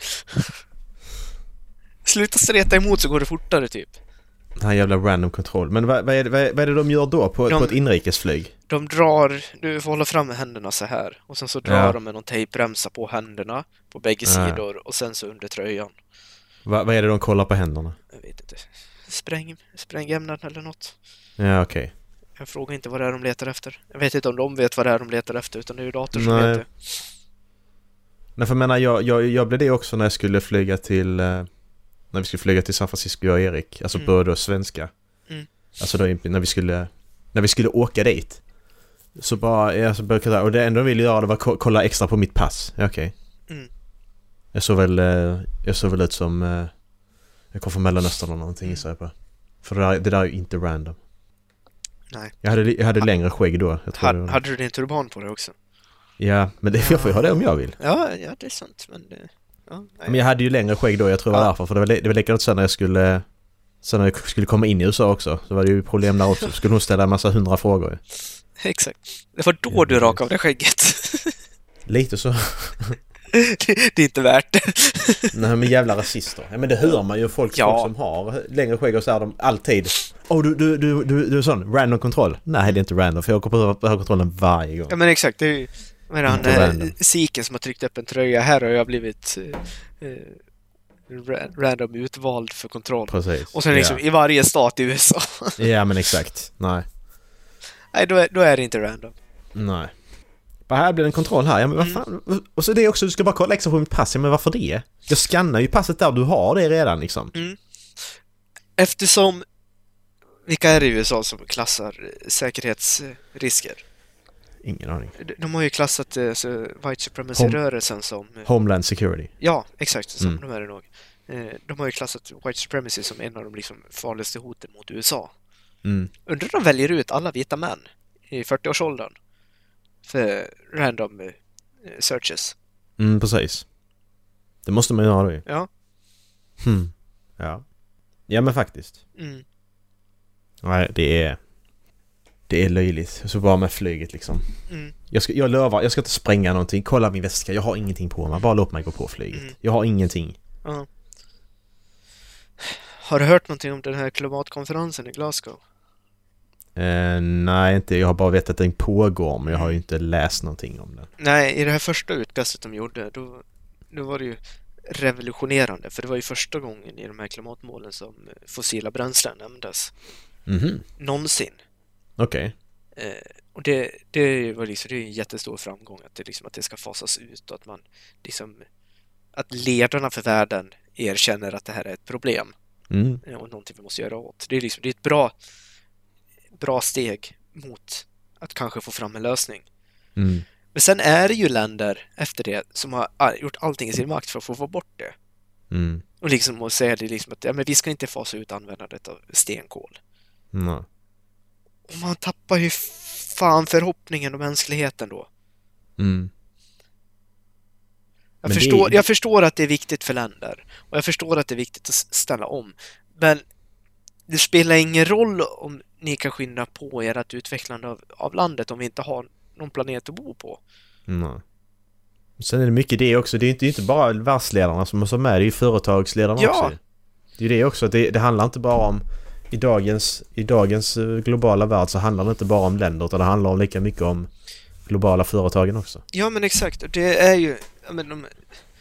Sluta streta emot så går det fortare typ. Den här jävla random control. Men vad, vad, är det, vad, är, vad är det de gör då på, De- på ett inrikesflyg? De drar, du får hålla fram med händerna så här. Och sen så drar Ja. de med någon tejpremsa på händerna. På bägge Ja. sidor. Och sen så under tröjan. Va, vad är det de kollar på händerna? Jag vet inte. Spräng, sprängämnen eller något. Ja, okej. Jag frågar inte vad det är de letar efter. Jag vet inte om de vet vad det är de letar efter. Utan det är ju dator som Nej. vet det. Nej, för jag menar, jag, jag, jag blev det också när jag skulle flyga till... Eh, när vi skulle flyga till San Francisco, jag och Erik. Alltså Mm. både svenska. Mm. Alltså då när vi skulle... När vi skulle åka dit. Så bara... Jag så började, och det enda de ville göra det var ko- kolla extra på mitt pass. Ja, okej. Mm. Jag såg väl... Eh, jag såg väl ut som... Eh, jag kom från Mellanöstern eller någonting, gissar jag på. För det där, det där är ju inte random. Nej. Jag hade, jag hade längre skägg då. Jag tror det Had, var- hade du din turban på dig också? Ja, men det, jag får ju ha det om jag vill. Ja, ja det är sant. Men det... Ja, nej. Men jag hade ju längre skägg då, jag tror det var Ja. därför. För det var, det var likadant sen när jag skulle... Sen när jag skulle komma in i U S A också. Så var det ju problem där också. Skulle hon ställa en massa hundra frågor ju. Exakt. Det var då du rakade av det skägget. Lite så. det, det är inte värt det. Nej, men jävla rasister. Ja, men det hör man ju folk, Ja. folk som har längre skägg och så är de alltid. Åh, oh, du, du, du, du, du är sån. Random kontroll. Nej, det är inte random. För jag går på, på kontrollen varje gång. Ja, men exakt. Det är ju Men han är siken som har tryckt upp en tröja här och jag har blivit eh, eh, random utvald för kontroll. Precis. Och sen liksom ja. i varje stat i U S A. Ja, men exakt. Nej. Nej, då är, då är det inte random. Nej. Bara här blir det en kontroll här. Ja, men vad fan? Mm. Och så det är också, du ska bara kolla extra på mitt pass. Ja, men varför det? Jag skannar ju passet där, du har det redan liksom. Mm. Eftersom vilka är det i U S A som klassar säkerhetsrisker? Ingen aning. De, de har ju klassat eh, så White Supremacy-rörelsen som... Homeland Security. Ja, exakt. Som Mm. de är det nog. Eh, de har ju klassat White Supremacy som en av de liksom farligaste hoten mot U S A. Mm. Undrar de väljer ut alla vita män i fyrtioårsåldern för random eh, searches. Mm, precis. Det måste man göra då ju. Ja. Hmm. Ja. Ja, men faktiskt. Mm. Nej, det är... Det är löjligt. Så bara med flyget liksom. Mm. Jag, ska, jag lovar, jag ska inte spränga någonting. Kolla min väska, jag har ingenting på mig. Bara låt mig gå på flyget. Mm. Jag har ingenting. Ja. Har du hört någonting om den här klimatkonferensen i Glasgow? Eh, nej, inte. Jag har bara vetat att den pågår, men jag har ju inte läst någonting om den. Nej, i det här första utkastet de gjorde, då, då var det ju revolutionerande. För det var ju första gången i de här klimatmålen som fossila bränslen nämndes. Mhm. Någonsin. Okej. Eh, och det, det var liksom, det är en jättestor framgång att det, liksom, att det ska fasas ut och att man liksom, att ledarna för världen erkänner att det här är ett problem Mm. eh, och någonting vi måste göra åt. Det är liksom, det är ett bra bra steg mot att kanske få fram en lösning. Mm. Men sen är det ju länder efter det som har gjort allting i sin makt för att få få bort det. Mm. Och liksom att säga det liksom att ja, men vi ska inte fasa ut användandet av stenkol. Nej. Och man tappar ju fan förhoppningen om mänskligheten då. Mm. Jag Men förstår, det... jag förstår att det är viktigt för länder. Och jag förstår att det är viktigt att ställa om. Men det spelar ingen roll om ni kan skynda på ert utvecklande av, av landet om vi inte har någon planet att bo på. Nej. Sen är det mycket det också. Det är inte, det är inte bara världsledarna som är med. Det är ju företagsledarna ja. också. Det är det också. Det, det handlar inte bara om... I dagens, I dagens globala värld så handlar det inte bara om länder, utan det handlar om lika mycket om globala företagen också. Ja, men exakt. Det är ju... Jag men, de,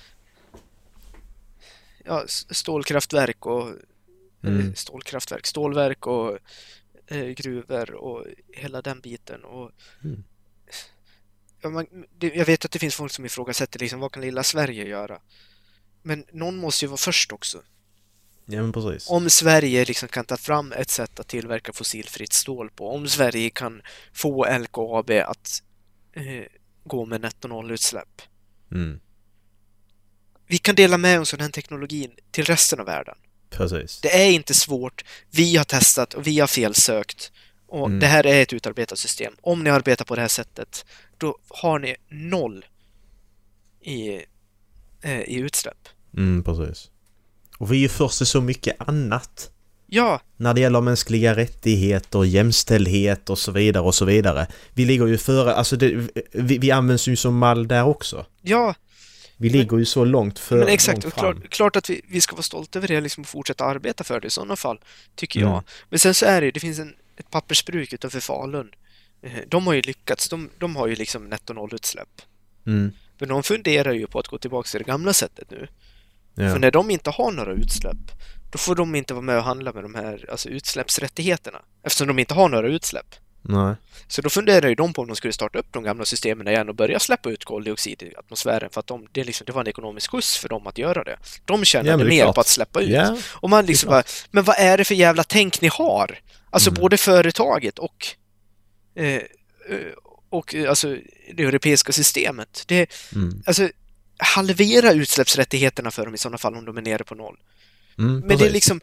ja, stålkraftverk och... Mm. Stålkraftverk, stålverk och eh, gruvor och hela den biten. Och, mm. ja, man, det, jag vet att det finns folk som ifrågasätter liksom, vad kan lilla Sverige göra? Men någon måste ju vara först också. Ja, men precis. Om Sverige liksom kan ta fram ett sätt att tillverka fossilfritt stål på, om Sverige kan få L K A B att eh, gå med netto nollutsläpp. Mm. Vi kan dela med oss av den teknologin till resten av världen. Precis. Det är inte svårt. Vi har testat och vi har felsökt. Och mm. det här är ett utarbetat system. Om ni arbetar på det här sättet, då har ni noll i, eh, i utsläpp. Mm, precis. Och vi är ju först i så mycket annat. Ja. När det gäller mänskliga rättigheter, jämställdhet och så vidare och så vidare. Vi ligger ju före, alltså det, vi, vi används ju som mall där också. Ja. Vi ligger men, ju så långt för men exakt, och klart, klart att vi, vi ska vara stolta över det liksom, och fortsätta arbeta för det i sådana fall, tycker mm. jag. Men sen så är det, det finns en, ett pappersbruk utanför Falun. De har ju lyckats, de, de har ju liksom netto nollutsläpp. Mm. Men de funderar ju på att gå tillbaka till det gamla sättet nu. Ja. För när de inte har några utsläpp, då får de inte vara med och handla med de här alltså utsläppsrättigheterna. Eftersom de inte har några utsläpp. Nej. Så då funderar ju de på om de skulle starta upp de gamla systemen igen och börja släppa ut koldioxid i atmosfären, för att de, det, liksom, det var en ekonomisk skjuts för dem att göra det. De tjänade ja, mer klart. på att släppa ut. Ja, och man liksom bara, men vad är det för jävla tänk ni har? Alltså mm. både företaget och eh, och alltså det europeiska systemet. Det, mm. alltså halvera utsläppsrättigheterna för dem i sådana fall om de är nere på noll. Mm, men det är liksom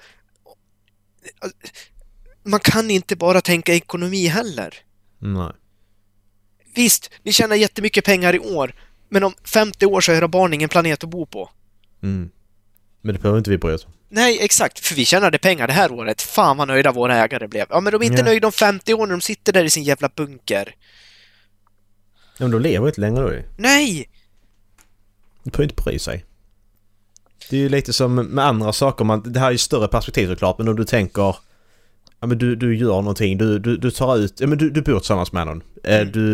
man kan inte bara tänka ekonomi heller. Nej. Visst, ni tjänar jättemycket pengar i år, men om femtio år så har era barn ingen planet att bo på. Mm. Men det behöver inte vi bry oss om. Nej, exakt, för vi tjänade pengar det här året. Fan vad nöjda våra ägare blev. Ja, men de är inte ja. nöjda om femtio år när de sitter där i sin jävla bunker. Ja, men de lever inte längre då ju. Nej! De behöver inte bry sig. Det är ju lite som med andra saker. Man, det här är ju större perspektiv såklart, men om du tänker... Ja, men du, du gör någonting, du, du, du tar ut, ja, men du, du bor tillsammans med någon. Mm. Du,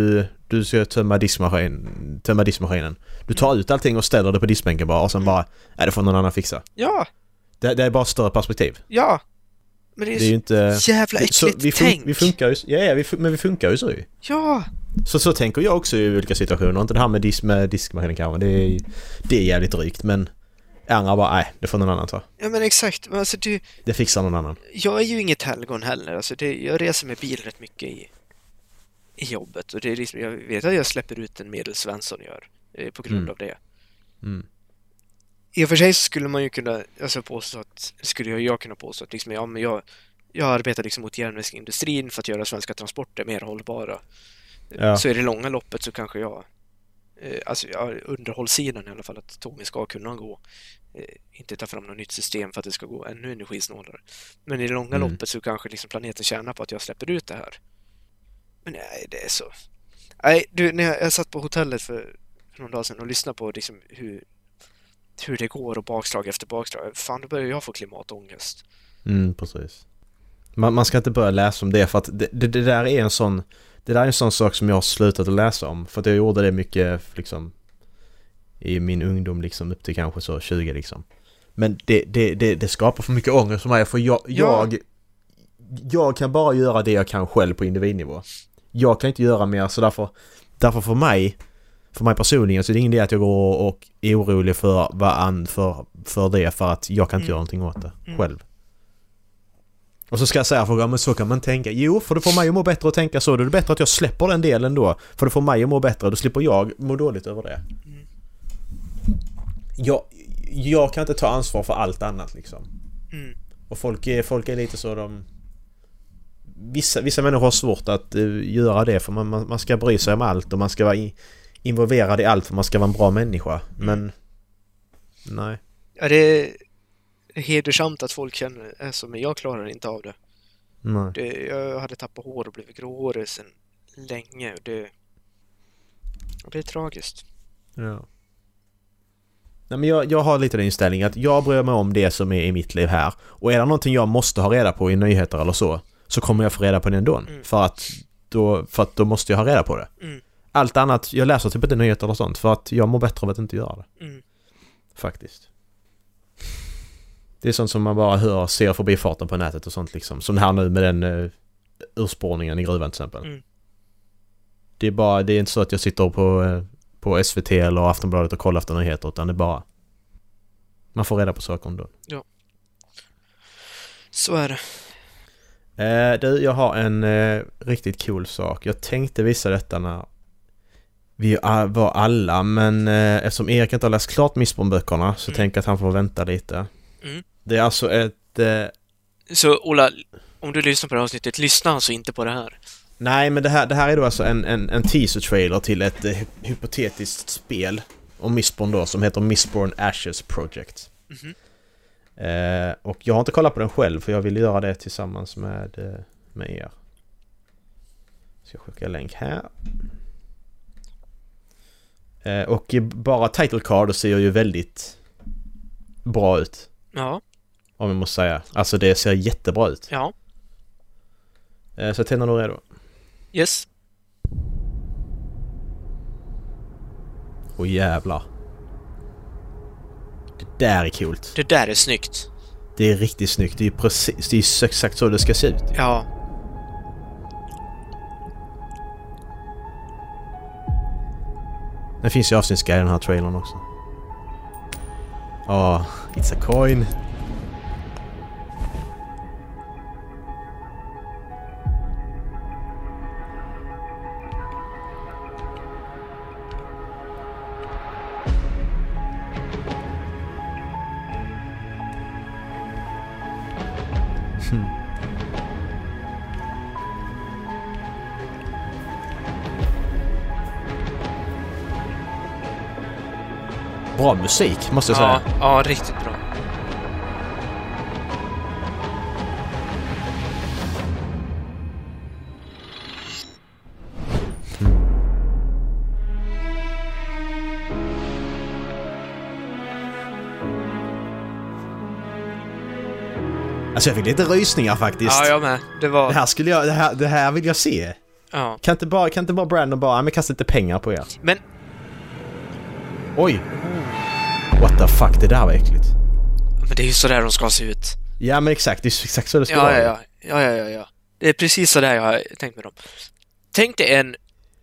du ska tömma diskmaskin, tömma diskmaskinen. Du tar ut allting och ställer det på diskbänken bara och sen bara, är det får någon annan fixa. Ja. Det, det är bara större perspektiv. Ja. Men det är, det är ju inte jävla äckligt så vi, fun- tänk. vi funkar ju, ja, ja vi, men vi funkar ju så ju. Ja. Så, så tänker jag också i olika situationer. Inte det här med, dis- med diskmaskinen kanske. Det är, det är jävligt drygt. Men andra bara, nej, det får någon annan ta. Ja, men exakt. Men alltså, du, det fixar någon annan. Jag är ju inget helgon heller. Alltså, det, jag reser med bil rätt mycket i, i jobbet. Och det är liksom, jag vet att jag släpper ut en medelsvensson gör eh, på grund Mm. av det. Mm. I och för sig så skulle man ju kunna alltså påstå att, skulle jag, jag kunna påstå att liksom, ja, men jag, jag arbetar liksom mot järnvägsindustrin för att göra svenska transporter mer hållbara. Ja. Så i det långa loppet så kanske jag eh, alltså jag underhållssidan i alla fall, att tågen ska kunna gå, eh, inte ta fram något nytt system för att det ska gå ännu energisnålare. Men i det långa Mm. loppet så kanske liksom planeten tjänar på att jag släpper ut det här. Men nej, det är så. Nej, du, när jag, jag satt på hotellet för, för någon dag sedan och lyssnade på liksom hur hur det går och bakslag efter bakslag. Fan, då börjar jag få klimatångest. Mm, precis. Man, man ska inte börja läsa om det för att det, det, det där är en sån det där är en sån sak som jag har slutat att läsa om för att jag gjorde det mycket liksom i min ungdom liksom upp till kanske så tjugo liksom. Men det, det, det, det skapar för mycket ångest för mig för jag, Ja. jag jag kan bara göra det jag kan själv på individnivå. Jag kan inte göra mer så därför därför för mig För mig personligen så är det ingen idé att jag går och är orolig för, vad an, för, för det för att jag kan inte Mm. göra någonting åt det Mm. själv. Och så ska jag säga för ja, men så kan man tänka. Jo, för det får mig att må bättre att tänka så. Det är bättre att jag släpper den delen då. För det får mig att må bättre. Då slipper jag må dåligt över det. Mm. Jag, jag kan inte ta ansvar för allt annat liksom. Mm. Och folk är, folk är lite så de... Vissa, vissa människor har svårt att uh, göra det för man, man, man ska bry sig om allt och man ska vara i, involverad i allt för man ska vara en bra människa. Men nej. Ja, det är hedersamt att folk känner är så, men jag klarar inte av det. Nej. det. Jag hade tappat hår och blivit gråhårig sedan länge. Och det, och det är tragiskt. Ja. Nej, men jag, jag har lite den inställningen att jag bryr mig om det som är i mitt liv här. Och är det någonting jag måste ha reda på i nyheter eller så, så kommer jag få reda på det ändå. Mm. För, att då, för att då måste jag ha reda på det. Mm. Allt annat, jag läser typ inte nyheter eller sånt för att jag mår bättre av att inte göra det. Mm. Faktiskt. Det är sånt som man bara hör, ser förbi farten på nätet och sånt liksom. Som här nu med den uh, urspårningen i gruvan till exempel. Mm. Det är bara, det är inte så att jag sitter på, uh, på S V T eller Aftonbladet och kollar efter nyheter, utan det är bara man får reda på saker om det. Ja. Så är det. Eh, du, jag har en eh, riktigt cool sak. Jag tänkte visa detta när vi var alla, men eh, eftersom Erik inte har läst klart Mistborn-böckerna så Mm. tänker jag att han får vänta lite. Mm. Det är alltså ett... Eh, Så Ola, om du lyssnar på det här avsnittet, lyssna alltså inte på det här. nej, men det här, det här är då alltså en, en, en teaser-trailer till ett eh, hypotetiskt spel om Mistborn då, som heter Mistborn Ashes Project. Mhm. Eh, och jag har inte kollat på den själv för jag vill göra det tillsammans med, eh, med er. Ska jag skicka länk här. Eh, och i- bara title card ser ju väldigt bra ut. Ja, Om jag måste säga. Alltså det ser jättebra ut. ja, Eh, så tänder du redo? yes. Åh jävlar. Det där är coolt. Det där är snyggt. Det är riktigt snyggt. Det är ju precis, det är exakt så det ska se ut. Ja, Det finns ju avsnittsguide i den här trailern också. Åh, oh, it's a coin. Hmm. Bra musik, måste jag ja, säga. ja, riktigt bra. Alltså jag fick lite rysningar faktiskt. Ja, jag med. Det var... Det här skulle jag, det här, det här vill jag se. Ja. Kan inte bara, kan inte bara Brandon bara, men kasta lite pengar på er. Men... Oj! What the fuck, det där var äckligt. Men det är ju så där de ska se ut. Ja, men exakt, det är exakt så det ska ja, vara. Ja, ja, ja, ja, ja. Det är precis så där jag har tänkt med dem. Tänk dig en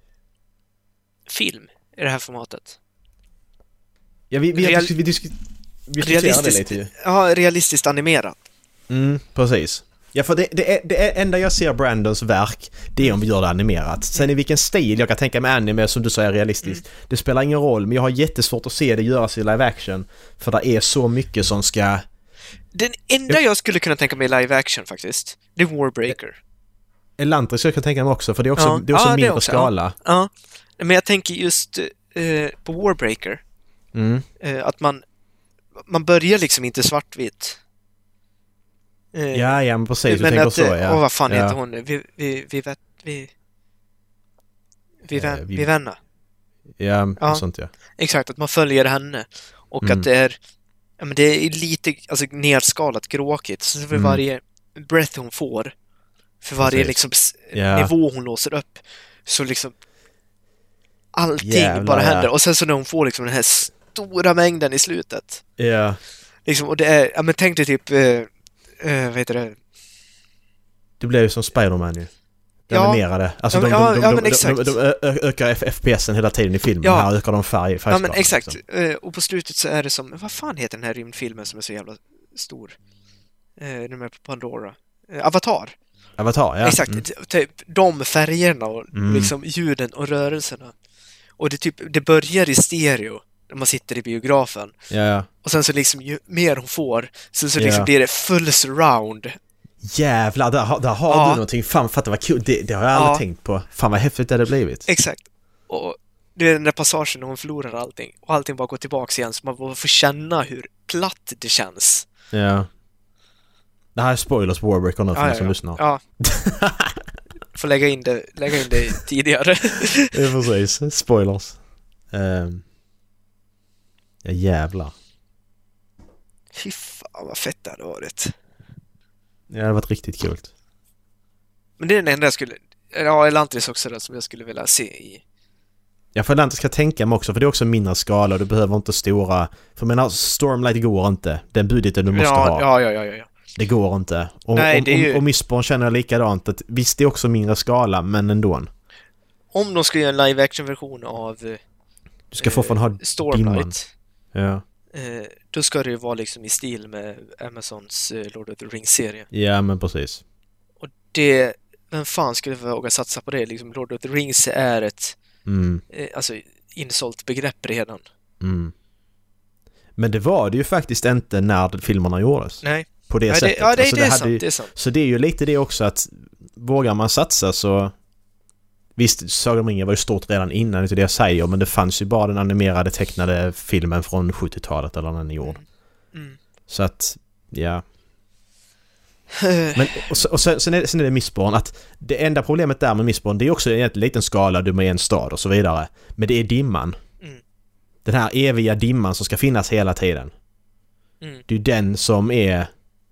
film i det här formatet. Ja, vi, vi, Real... vi, vi, disk... vi diskuterar det lite ju. Ja, realistiskt animerat. Mm, precis. Ja, för det, det, är, det är enda jag ser Brandons verk, det är om vi gör det animerat. Sen i vilken stil, jag kan tänka mig anime som du säger realistiskt. Mm. Det spelar ingen roll, men jag har jättesvårt att se det göras i live action. För det är så mycket som ska... Den enda jag skulle kunna tänka mig live action faktiskt, det är Warbreaker. Elantris jag kan tänka mig också, för det är också, ja. det är också ja, mindre det också, skala. Ja. ja, men jag tänker just eh, på Warbreaker. Mm. Eh, att man man börjar liksom inte svartvitt. Eh, ja, ja, men precis. Men tänker att, så, ja. Åh, vad fan ja. heter hon? Vi vi vi vet vi vi vän, eh, vi, vi vänner. Ja, ja, sånt ja. Exakt, att man följer henne och mm. att det är ja, men det är lite alltså nedskalat gråkigt så för mm. varje breath hon får för varje precis. liksom ja. nivå hon låser upp så liksom allting Jävlar, bara händer ja. och sen så när hon får liksom den här stora mängden i slutet. Ja. Liksom, och det är ja men tänk dig typ eh, eh, vad heter det? Det blir ju som Spider-Man ju. De ja. animerade. Alltså ja, men, de, de, de, ja, de, men exakt. de, de, de ökar F P S:en hela tiden i filmen. Ja. Här ökar de färg, ja, men exakt. Liksom. Och på slutet så är det som, vad fan heter den här rymdfilmen som är så jävla stor? Eh, den är på Pandora. Eh, Avatar. Avatar, ja. Exakt. Mm. Typ de färgerna och mm. liksom ljuden och rörelserna. Och det typ, det börjar i stereo när man sitter i biografen. Ja, ja. Och sen så liksom ju mer hon får så, så liksom ja. blir det full surround. Jävlar, där, har, där har ja. du någonting. Fan, fatta vad kul. Det, det har jag aldrig ja. tänkt på. Fan vad häftigt det hade blivit. Exakt. Och det är den där passagen när hon förlorar allting. Och allting bara går tillbaka igen. Så man får känna hur platt det känns. Ja. Det här är spoilers på Warbreaker nu för ja, ja, som ja. lyssnar. Ja. Får lägga in det, lägga in det tidigare. Ja, precis. Spoilers. Um. Ja, jävlar. Fy fan vad fett det hade varit. Ja, det hade varit riktigt kul. Men det är den enda jag skulle... Ja, Elantris också där, som jag skulle vilja se i... Ja, för Elantris ska tänka mig också, för det är också mindre skala och du behöver inte stora... För jag menar, Stormlight går inte. Den budgeten du måste ja, ha. Ja, ja, ja, ja. Det går inte. Och, Nej, om, det är ju... om, om Mistborn känner jag likadant att visst, det är också mindre skala, men ändå. Om de ska göra en live-action-version av... Du ska eh, få från ha Stormlight. Ja. Eh, då ska det ju vara liksom i stil med Amazons eh, Lord of the Rings-serie. Ja, men precis. Och det... Vem fan skulle våga satsa på det? Liksom Lord of the Rings är ett mm. eh, alltså insålt begrepp redan. Mm. Men det var det ju faktiskt inte när filmerna gjordes. Nej. På det ja, sättet. Det, ja, det, alltså, det, det, är hade sant, ju, det är sant. Så det är ju lite det också att vågar man satsa så... Visst, Sagan om ringen var ju stort redan innan, det är det jag säger, men det fanns ju bara den animerade tecknade filmen från sjuttiotalet eller när den är gjord. Mm. Mm. Så att, ja... Men, och, och sen, sen, är, sen är det Mistborn att det enda problemet där med Mistborn, det är också en liten skala, du med en stad och så vidare, men det är dimman. Mm. Den här eviga dimman som ska finnas hela tiden. Mm. Det är ju den som är...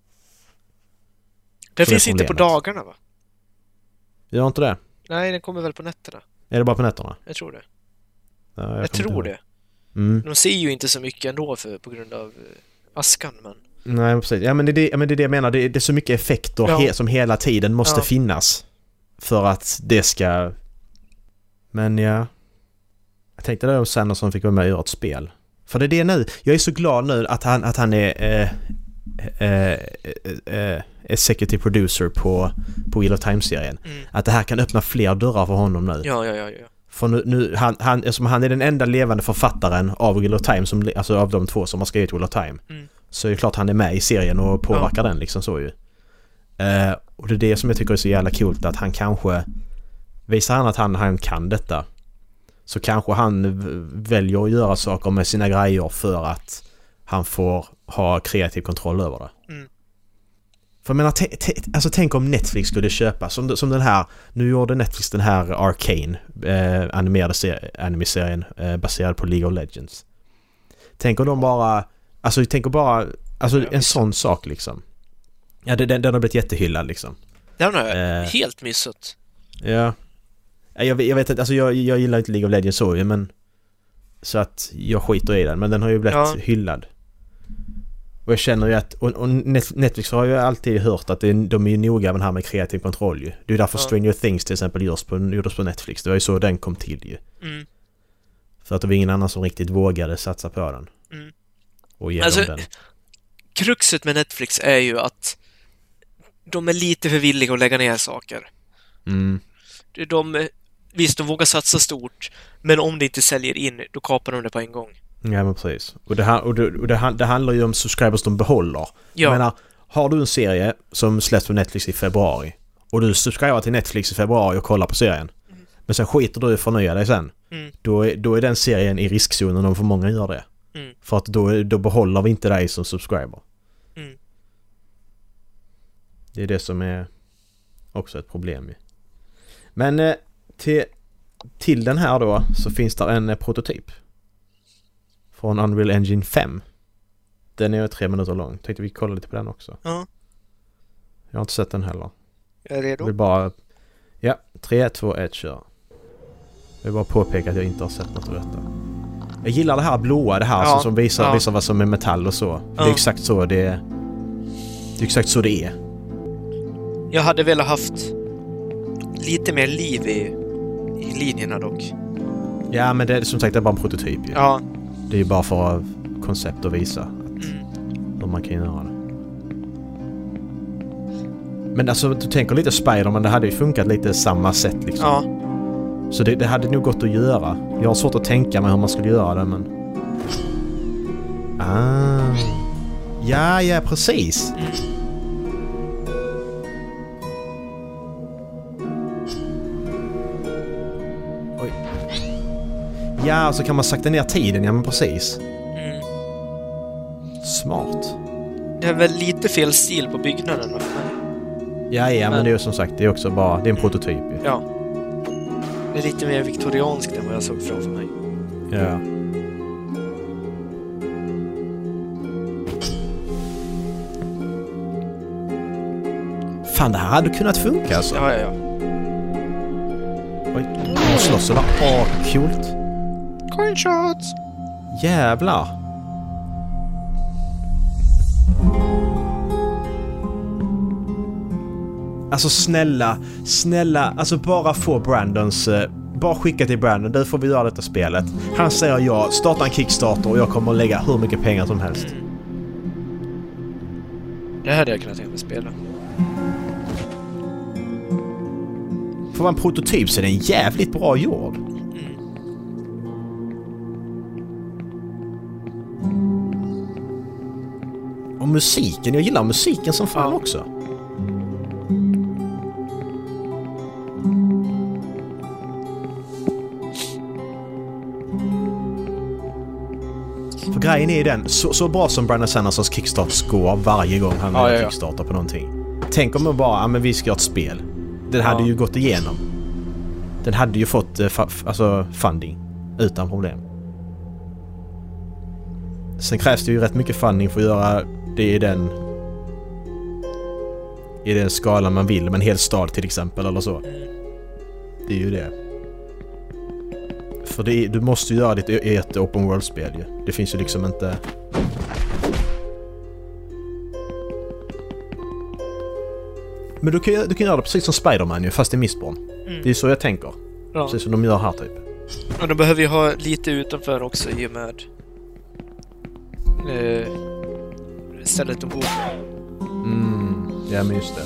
Det finns inte på dagarna, va? Gör inte det? Nej, den kommer väl på nätterna. Är det bara på nätterna? Jag tror det. Ja, jag jag tror det. Mm. De ser ju inte så mycket ändå för, på grund av askan, men... Nej, precis. Ja, men det är det, ja, men det är det jag menar. Det är, det är så mycket effekter ja. he, som hela tiden måste ja. finnas för att det ska... Men ja... Jag tänkte det om Sanderson fick vara med och göra ett spel. För det är det nu. Jag är så glad nu att han, att han är eh, eh, eh, executive producer på, på Wheel of Time-serien. Mm. Att det här kan öppna fler dörrar för honom nu. Ja, ja, ja. ja. För nu, nu han, han, eftersom han är den enda levande författaren av Wheel of Time, som, alltså av de två som har skrivit Wheel of Time. Mm. Så är det klart han är med i serien och påverkar ja. den liksom så ju. Uh, och det är det som jag tycker är så jävla kul, att han kanske visar han att han, han kan detta, så kanske han v- väljer att göra saker med sina grejer för att han får ha kreativ kontroll över det. Mm. För jag menar, t- t- alltså tänk om Netflix skulle köpa som, som den här, nu gjorde Netflix den här Arcane eh, animerade ser- anime-serien eh, baserad på League of Legends. Tänk om de bara Alltså, jag tänker bara... Alltså, en sån sak, liksom. Ja, den, den har blivit jättehyllad, liksom. Den har jag eh, helt missat. Ja. Jag, jag vet inte, alltså jag, jag gillar inte League of Legends så, men så att jag skiter i den, men den har ju blivit ja. hyllad. Och jag känner ju att och, och Netflix har ju alltid hört att det, de är ju noga med det här med kreativ kontroll ju. Det är därför ja. Stranger Things till exempel görs på, gjordes på Netflix. Det var ju så den kom till ju. Mm. För att det var ingen annan som riktigt vågade satsa på den. Mm. Och ge alltså, dem den. Kruxet med Netflix är ju att de är lite för villiga att lägga ner saker. Mm. De, visst, de vågar satsa stort, men om det inte säljer in, då kapar de det på en gång. Ja, men precis. Och det, och det, och det, det handlar ju om subscribers de behåller. Ja. Jag menar, har du en serie som släpps på Netflix i februari och du subscriber till Netflix i februari och kollar på serien, mm. men sen skiter du i att förnya dig sen, mm. då, är, då är den serien i riskzonen om för många gör det. Mm. För att då, då behåller vi inte dig som subscriber. Mm. Det är det som är också ett problem. Men eh, till, till den här då så finns det en eh, prototyp från Unreal Engine fem. Den är ju tre minuter lång. Tänkte vi kolla lite på den också. Ja. Jag har inte sett den heller. Jag är redo. Jag vill bara... Ja, tre, två, ett, kör. Jag vill bara påpeka att jag inte har sett något av detta. Jag gillar det här blåa, det här ja. som, som visar, ja. visar vad som är metall och så. Ja. Det är exakt så det är. Det är exakt så det är. Jag hade velat haft lite mer liv i, i linjerna dock. Ja, men det är som sagt det är bara en prototyp ju. Ja. Det är ju bara för koncept att visa att mm. hur man kan göra det. Men alltså, du tänker lite Spider-Man, det hade ju funkat lite samma sätt liksom. Ja. Så det, det hade nog gått att göra. Jag har svårt att tänka mig hur man skulle göra det, men... Ah. Ja, ja, precis. Mm. Oj. Ja, så kan man sakta ner tiden, ja men precis. Mm. Smart. Det är väl lite fel stil på byggnaden, va? Ja, ja, men, men det är ju som sagt, det är också bara, det är en prototyp. Ja. Det är lite mer viktorianskt än vad jag såg framför mig. Ja. Fan, det här hade kunnat funka alltså. Ja, ja, ja. Oj, de slåss sådär. Åh, coolt. Coin shots. Jävlar. Alltså snälla, snälla, alltså bara få Brandons, eh, bara skicka till Brandon, då får vi göra detta spelet. Han säger ja, starta en Kickstarter och jag kommer att lägga hur mycket pengar som helst. Mm. Det hade jag kunnat tänka mig spela. För att vara en prototyp så är det en jävligt bra gjord. Mm. Och musiken, jag gillar musiken som fan ja. också. För grejen är ju den, så, så bra som Brandon Sandersons Kickstarter går varje gång han ja, ja, ja. Kickstarter på någonting. Tänk om man bara, ja men vi ska göra ett spel. Den hade ja. ju gått igenom. Den hade ju fått fa- alltså funding utan problem. Sen krävs det ju rätt mycket funding för att göra det i den i den skalan man vill, med en hel stad till exempel eller så. Det är ju det. För det är, du måste ju göra det i ett open world-spel ju. Det finns ju liksom inte... Men du kan, du kan göra det precis som Spider-Man ju, fast i Mistborn. Mm. Det är så jag tänker. Ja. Precis som de gör här typ. Och de behöver ju ha lite utanför också i och med eh, stället att bo. Mm, ja men just det.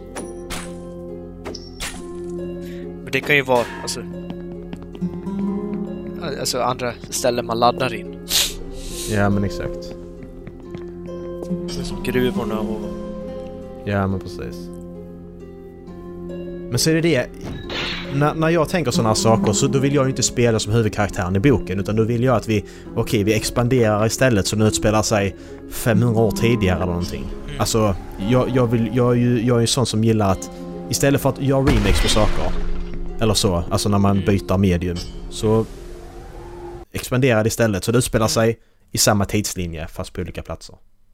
Men det kan ju vara alltså, alltså andra ställen man laddar in. Ja men exakt. Som gruvorna och... Ja men precis. Men så är det det, när, när jag tänker sådana här saker så då vill jag ju inte spela som huvudkaraktären i boken, utan då vill jag att vi, okej okay, vi expanderar istället så den utspelar sig femhundra år tidigare eller någonting. Mm. Alltså, jag, jag, vill, jag, är ju, jag är ju sån som gillar att istället för att göra remakes på saker eller så, alltså när man byter medium, så expanderar det istället så det utspelar sig i samma tidslinje fast på olika platser.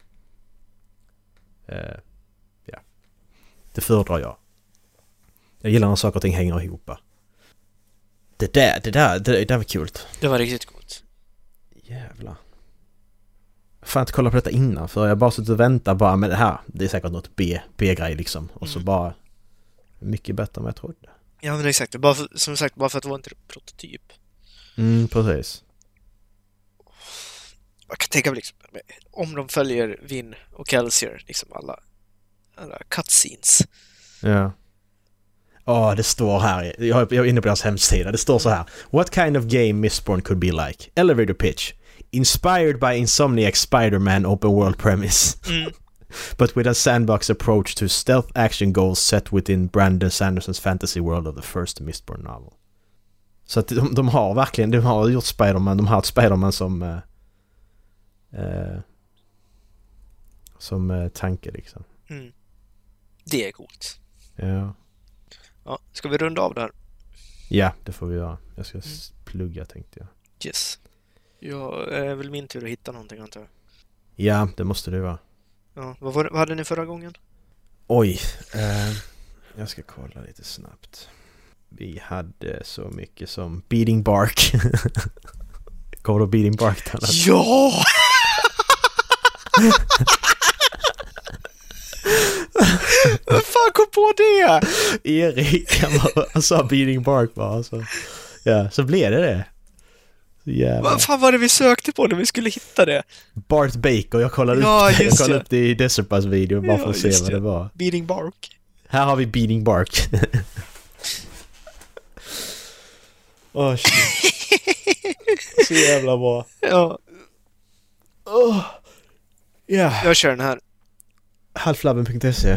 Uh, ja. Det föredrar jag. Jag gillar när saker och ting hänger ihop. det där, det där, det där var kul. Det var riktigt coolt. Jävlar. Jag får inte kolla på detta innan, för jag bara suttit och väntat bara med det här. Det är säkert något B, B-grej liksom. Och så Mm. bara mycket bättre än vad jag trodde. Ja, men exakt. Bara för, som sagt, bara för att det var en prototyp. Mm, precis. Jag kan tänka mig liksom, om de följer Vin och Kelsier, liksom alla, alla cutscenes. Ja. Ja, det står här. Jag är inne på deras hemsida. Det står så här. What kind of game Mistborn could be like? Elevator pitch. Inspired by Insomniac Spider-Man open world premise. Mm. But with a sandbox approach to stealth action goals set within Brandon Sandersons fantasy world of the first Mistborn novel. Så att de, de har verkligen, de har gjort Spider-Man, de har ett Spider-Man som eh, eh, som eh, tanke liksom. Mm. Det är coolt. Ja. Ja, ska vi runda av där? Ja, det får vi göra. Jag ska Mm. plugga, tänkte jag. Yes. Ja, är väl min tur att hitta någonting, antar jag. Ja, det måste det vara. Ja, vad, var, vad hade ni förra gången? Oj, eh, jag ska kolla lite snabbt. Vi hade så mycket som Beating Bark. Kommer du Beating Bark? Där? Ja! Vem fan kom på det? Erik, han, bara, han sa Beating Bark bara. Så, ja, så blev det det. Så jävla. Vad fan var det vi sökte på när vi skulle hitta det? Bart Baker, jag kollade, Ja, upp, det. Jag just kollade det. upp det i Desertbus video bara för Ja, att se just vad det. det var. Beating Bark. Här har vi Beating Bark. Åh, shit. Så jävla bra. Ja, Oh. Ja. jag kör den här. halflabben punkt se.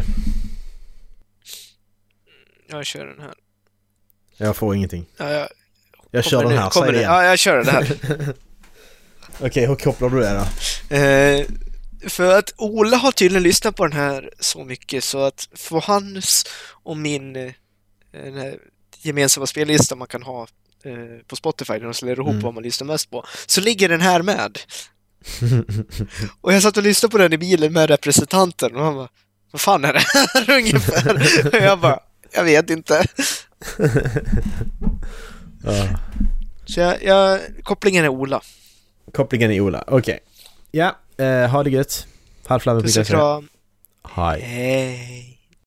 Jag kör den här. Jag får ingenting. Ja, jag, Jag kör den nu, här, kommer säg det det. igen. Ja, jag kör den här. Okej, okay, hur kopplar du det då? Eh, för att Ola har tydligen lyssnat på den här så mycket så att för hans och min eh, den här gemensamma spellista man kan ha eh, på Spotify när de slänger ihop Mm. vad man lyssnar mest på, så ligger den här med. Och jag satt och lyssnade på den i bilen med representanten och han bara, vad fan är det här ungefär? Och jag bara, jag vet inte. Ja. Så jag, jag, kopplingen är Ola. Kopplingen är Ola, okej. Okay. Ja, eh, ha det gött. halflabben punkt se. Puss och kram. Hej. Hej.